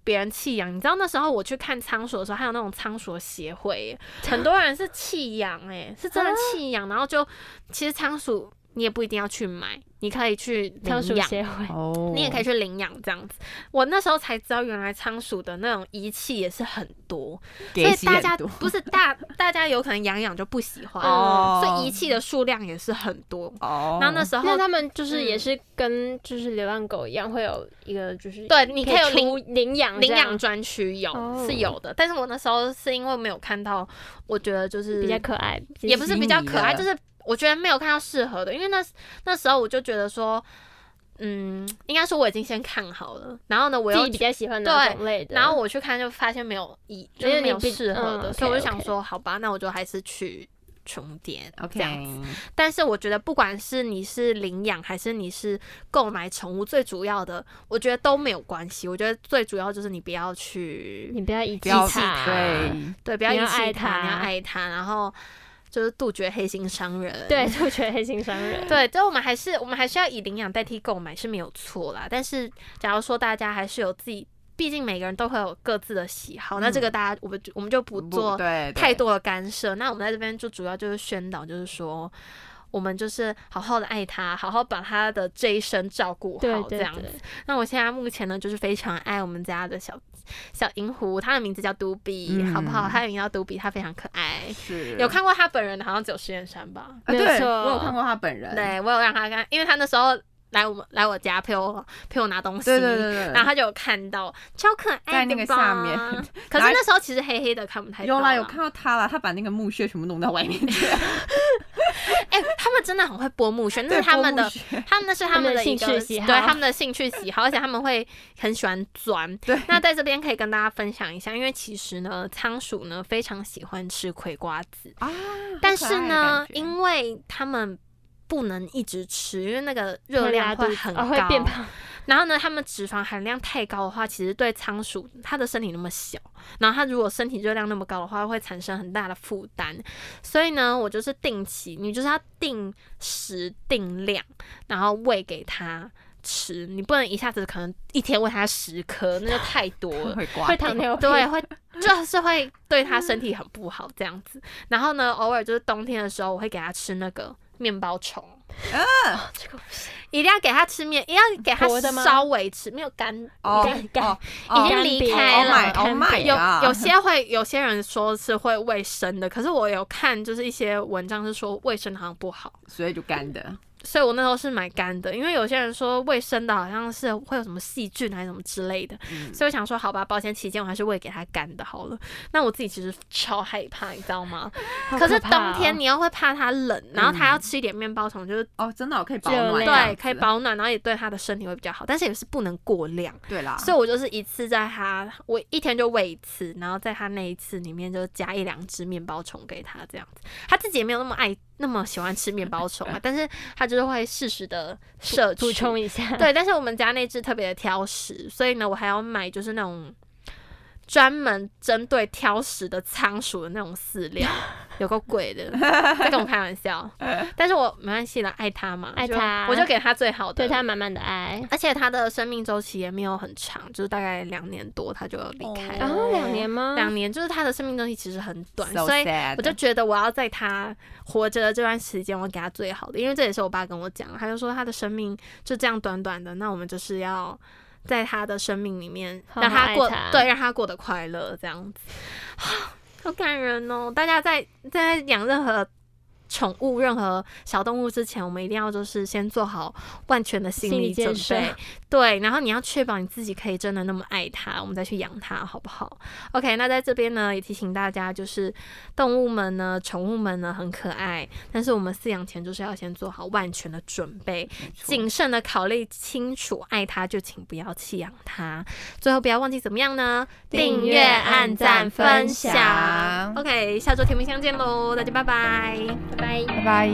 别人弃养。你知道那时候我去看仓鼠的时候，还有那种仓鼠协会，很多人是弃养，是真的弃养，然后就其实仓鼠你也不一定要去买，你可以去仓鼠领养， 协会， 你也可以去领养这样子。我那时候才知道，原来仓鼠的那种遗弃也是很多，所以大家不是大家有可能养就不喜欢，所以遗弃的数量也是很多。然后那时候那他们就是也是跟就是流浪狗一样，会有一个就是对，你可以有领养专区是有的。但是我那时候是因为没有看到，我觉得就是比较可爱， 也不是比较可爱，就是我觉得没有看到适合的，因为那时候我就觉得说，应该说我已经先看好了，然后呢，我又自己比较喜欢哪种类的， 然后我去看就发现就是没有适合的，所以我就想说，好吧，那我就还是去宠物店这样子。但是我觉得不管是你是领养还是你是购买宠物，最主要的我觉得都没有关系。我觉得最主要就是你不要遗弃它，对，不要遗弃它，你要爱它，然后就是杜绝黑心商人， 对，杜绝黑心商人， 对，就我们还是要以领养代替购买是没有错啦。但是假如说大家还是有自己，毕竟每个人都会有各自的喜好，那这个大家我们就不做太多的干涉。那我们在这边就主要就是宣导，就是说我们就是好好的爱他，好好把他的这一生照顾好，这样子。那我现在目前呢，就是非常爱我们家的小银狐，它的名字叫嘟比，好不好？它的名字叫嘟比，它非常可爱。有看过它本人的，好像只有实验山吧？ 对，我有看过它本人。 对，我有让它看，因为它那时候来我家陪我拿东西， 对， 然后他就有看到，超可爱的吧， 在那个下面。 可是那时候其实黑黑的看不太到。 有看到他了，他把那个木屑全部弄到外面去。 他们真的很会剥木屑，那是他们的兴趣喜好， 对，他们的兴趣喜好，而且他们会很喜欢钻。 对， 那在这边可以跟大家分享一下，因为其实呢，仓鼠呢非常喜欢吃葵瓜子啊，但是呢，因为他们不能一直吃，因为那个热量会很高， 会变胖。 然后呢，它们脂肪含量太高的话，其实对仓鼠它的身体那么小，然后它如果身体热量那么高的话，会产生很大的负担。所以呢，我就是定期，你就是要定时定量，然后喂给它吃。你不能一下子可能一天喂它10颗，那就太多了， 会糖尿病， 对，就是会对它身体很不好这样子。然后呢，偶尔就是冬天的时候，我会给它吃那个面包虫。这个不行，一定要给它吃一定要给它稍微吃，没有干，已经离开了。有些人说是会喂生的，可是我有看就是一些文章是说喂生好像不好， 所以就干的。 所以我那时候是买干的，因为有些人说喂生的好像是会有什么细菌还是什么之类的，所以我想说好吧，保险起见我还是喂给他干的好了。那我自己其实超害怕，你知道吗？可是冬天你又会怕它冷，然后它要吃一点面包虫，就是真的可以保暖， 对，可以保暖，然后也对它的身体会比较好，但是也是不能过量。 对啦， 所以我就是一次我一天就喂一次，然后在它那一次里面就加1-2只面包虫给它这样子。它自己也没有那么喜欢吃面包虫啊，但是它就是会适时的摄取补充一下。 对，但是我们家那只特别的挑食，所以呢，我还要买就是那种专门针对挑食的仓鼠的那种饲料，有够贵的，在跟我开玩笑。但是我没关系啦，爱它嘛， 爱它， 我就给它最好的， 对它满满的爱。 而且它的生命周期也没有很长，就是大概2年多它就离开了。 然后2年吗 ？2年，就是它的生命周期其实很短，所以我就觉得我要在它活着的这段时间，我给它最好的，因为这也是我爸跟我讲，他就说他的生命就这样短短的，那我们就是要在他的生命里面让他过得快乐，这样子，好感人哦！大家在养任何宠物、任何小动物之前，我们一定要就是先做好万全的心理准备，对，然后你要确保你自己可以真的那么爱它，我们再去养它，好不好 ？OK， 那在这边呢，也提醒大家，就是动物们呢、宠物们呢很可爱，但是我们饲养前就是要先做好万全的准备，谨慎的考虑清楚，爱它就请不要弃养它。最后不要忘记怎么样呢？订阅、按赞、分享。OK， 下周甜蜜相见喽，大家拜拜。 拜拜。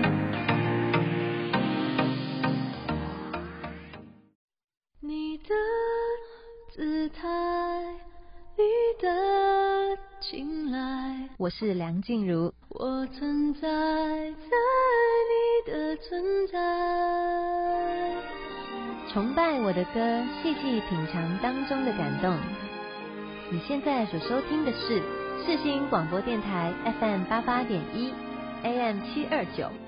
你的姿态，你的青睐， 我是梁静茹， 我存在在你的存在， 崇拜我的歌，细细品尝当中的感动。 你现在所收听的是世新广播电台 FM 88.1 AM 729。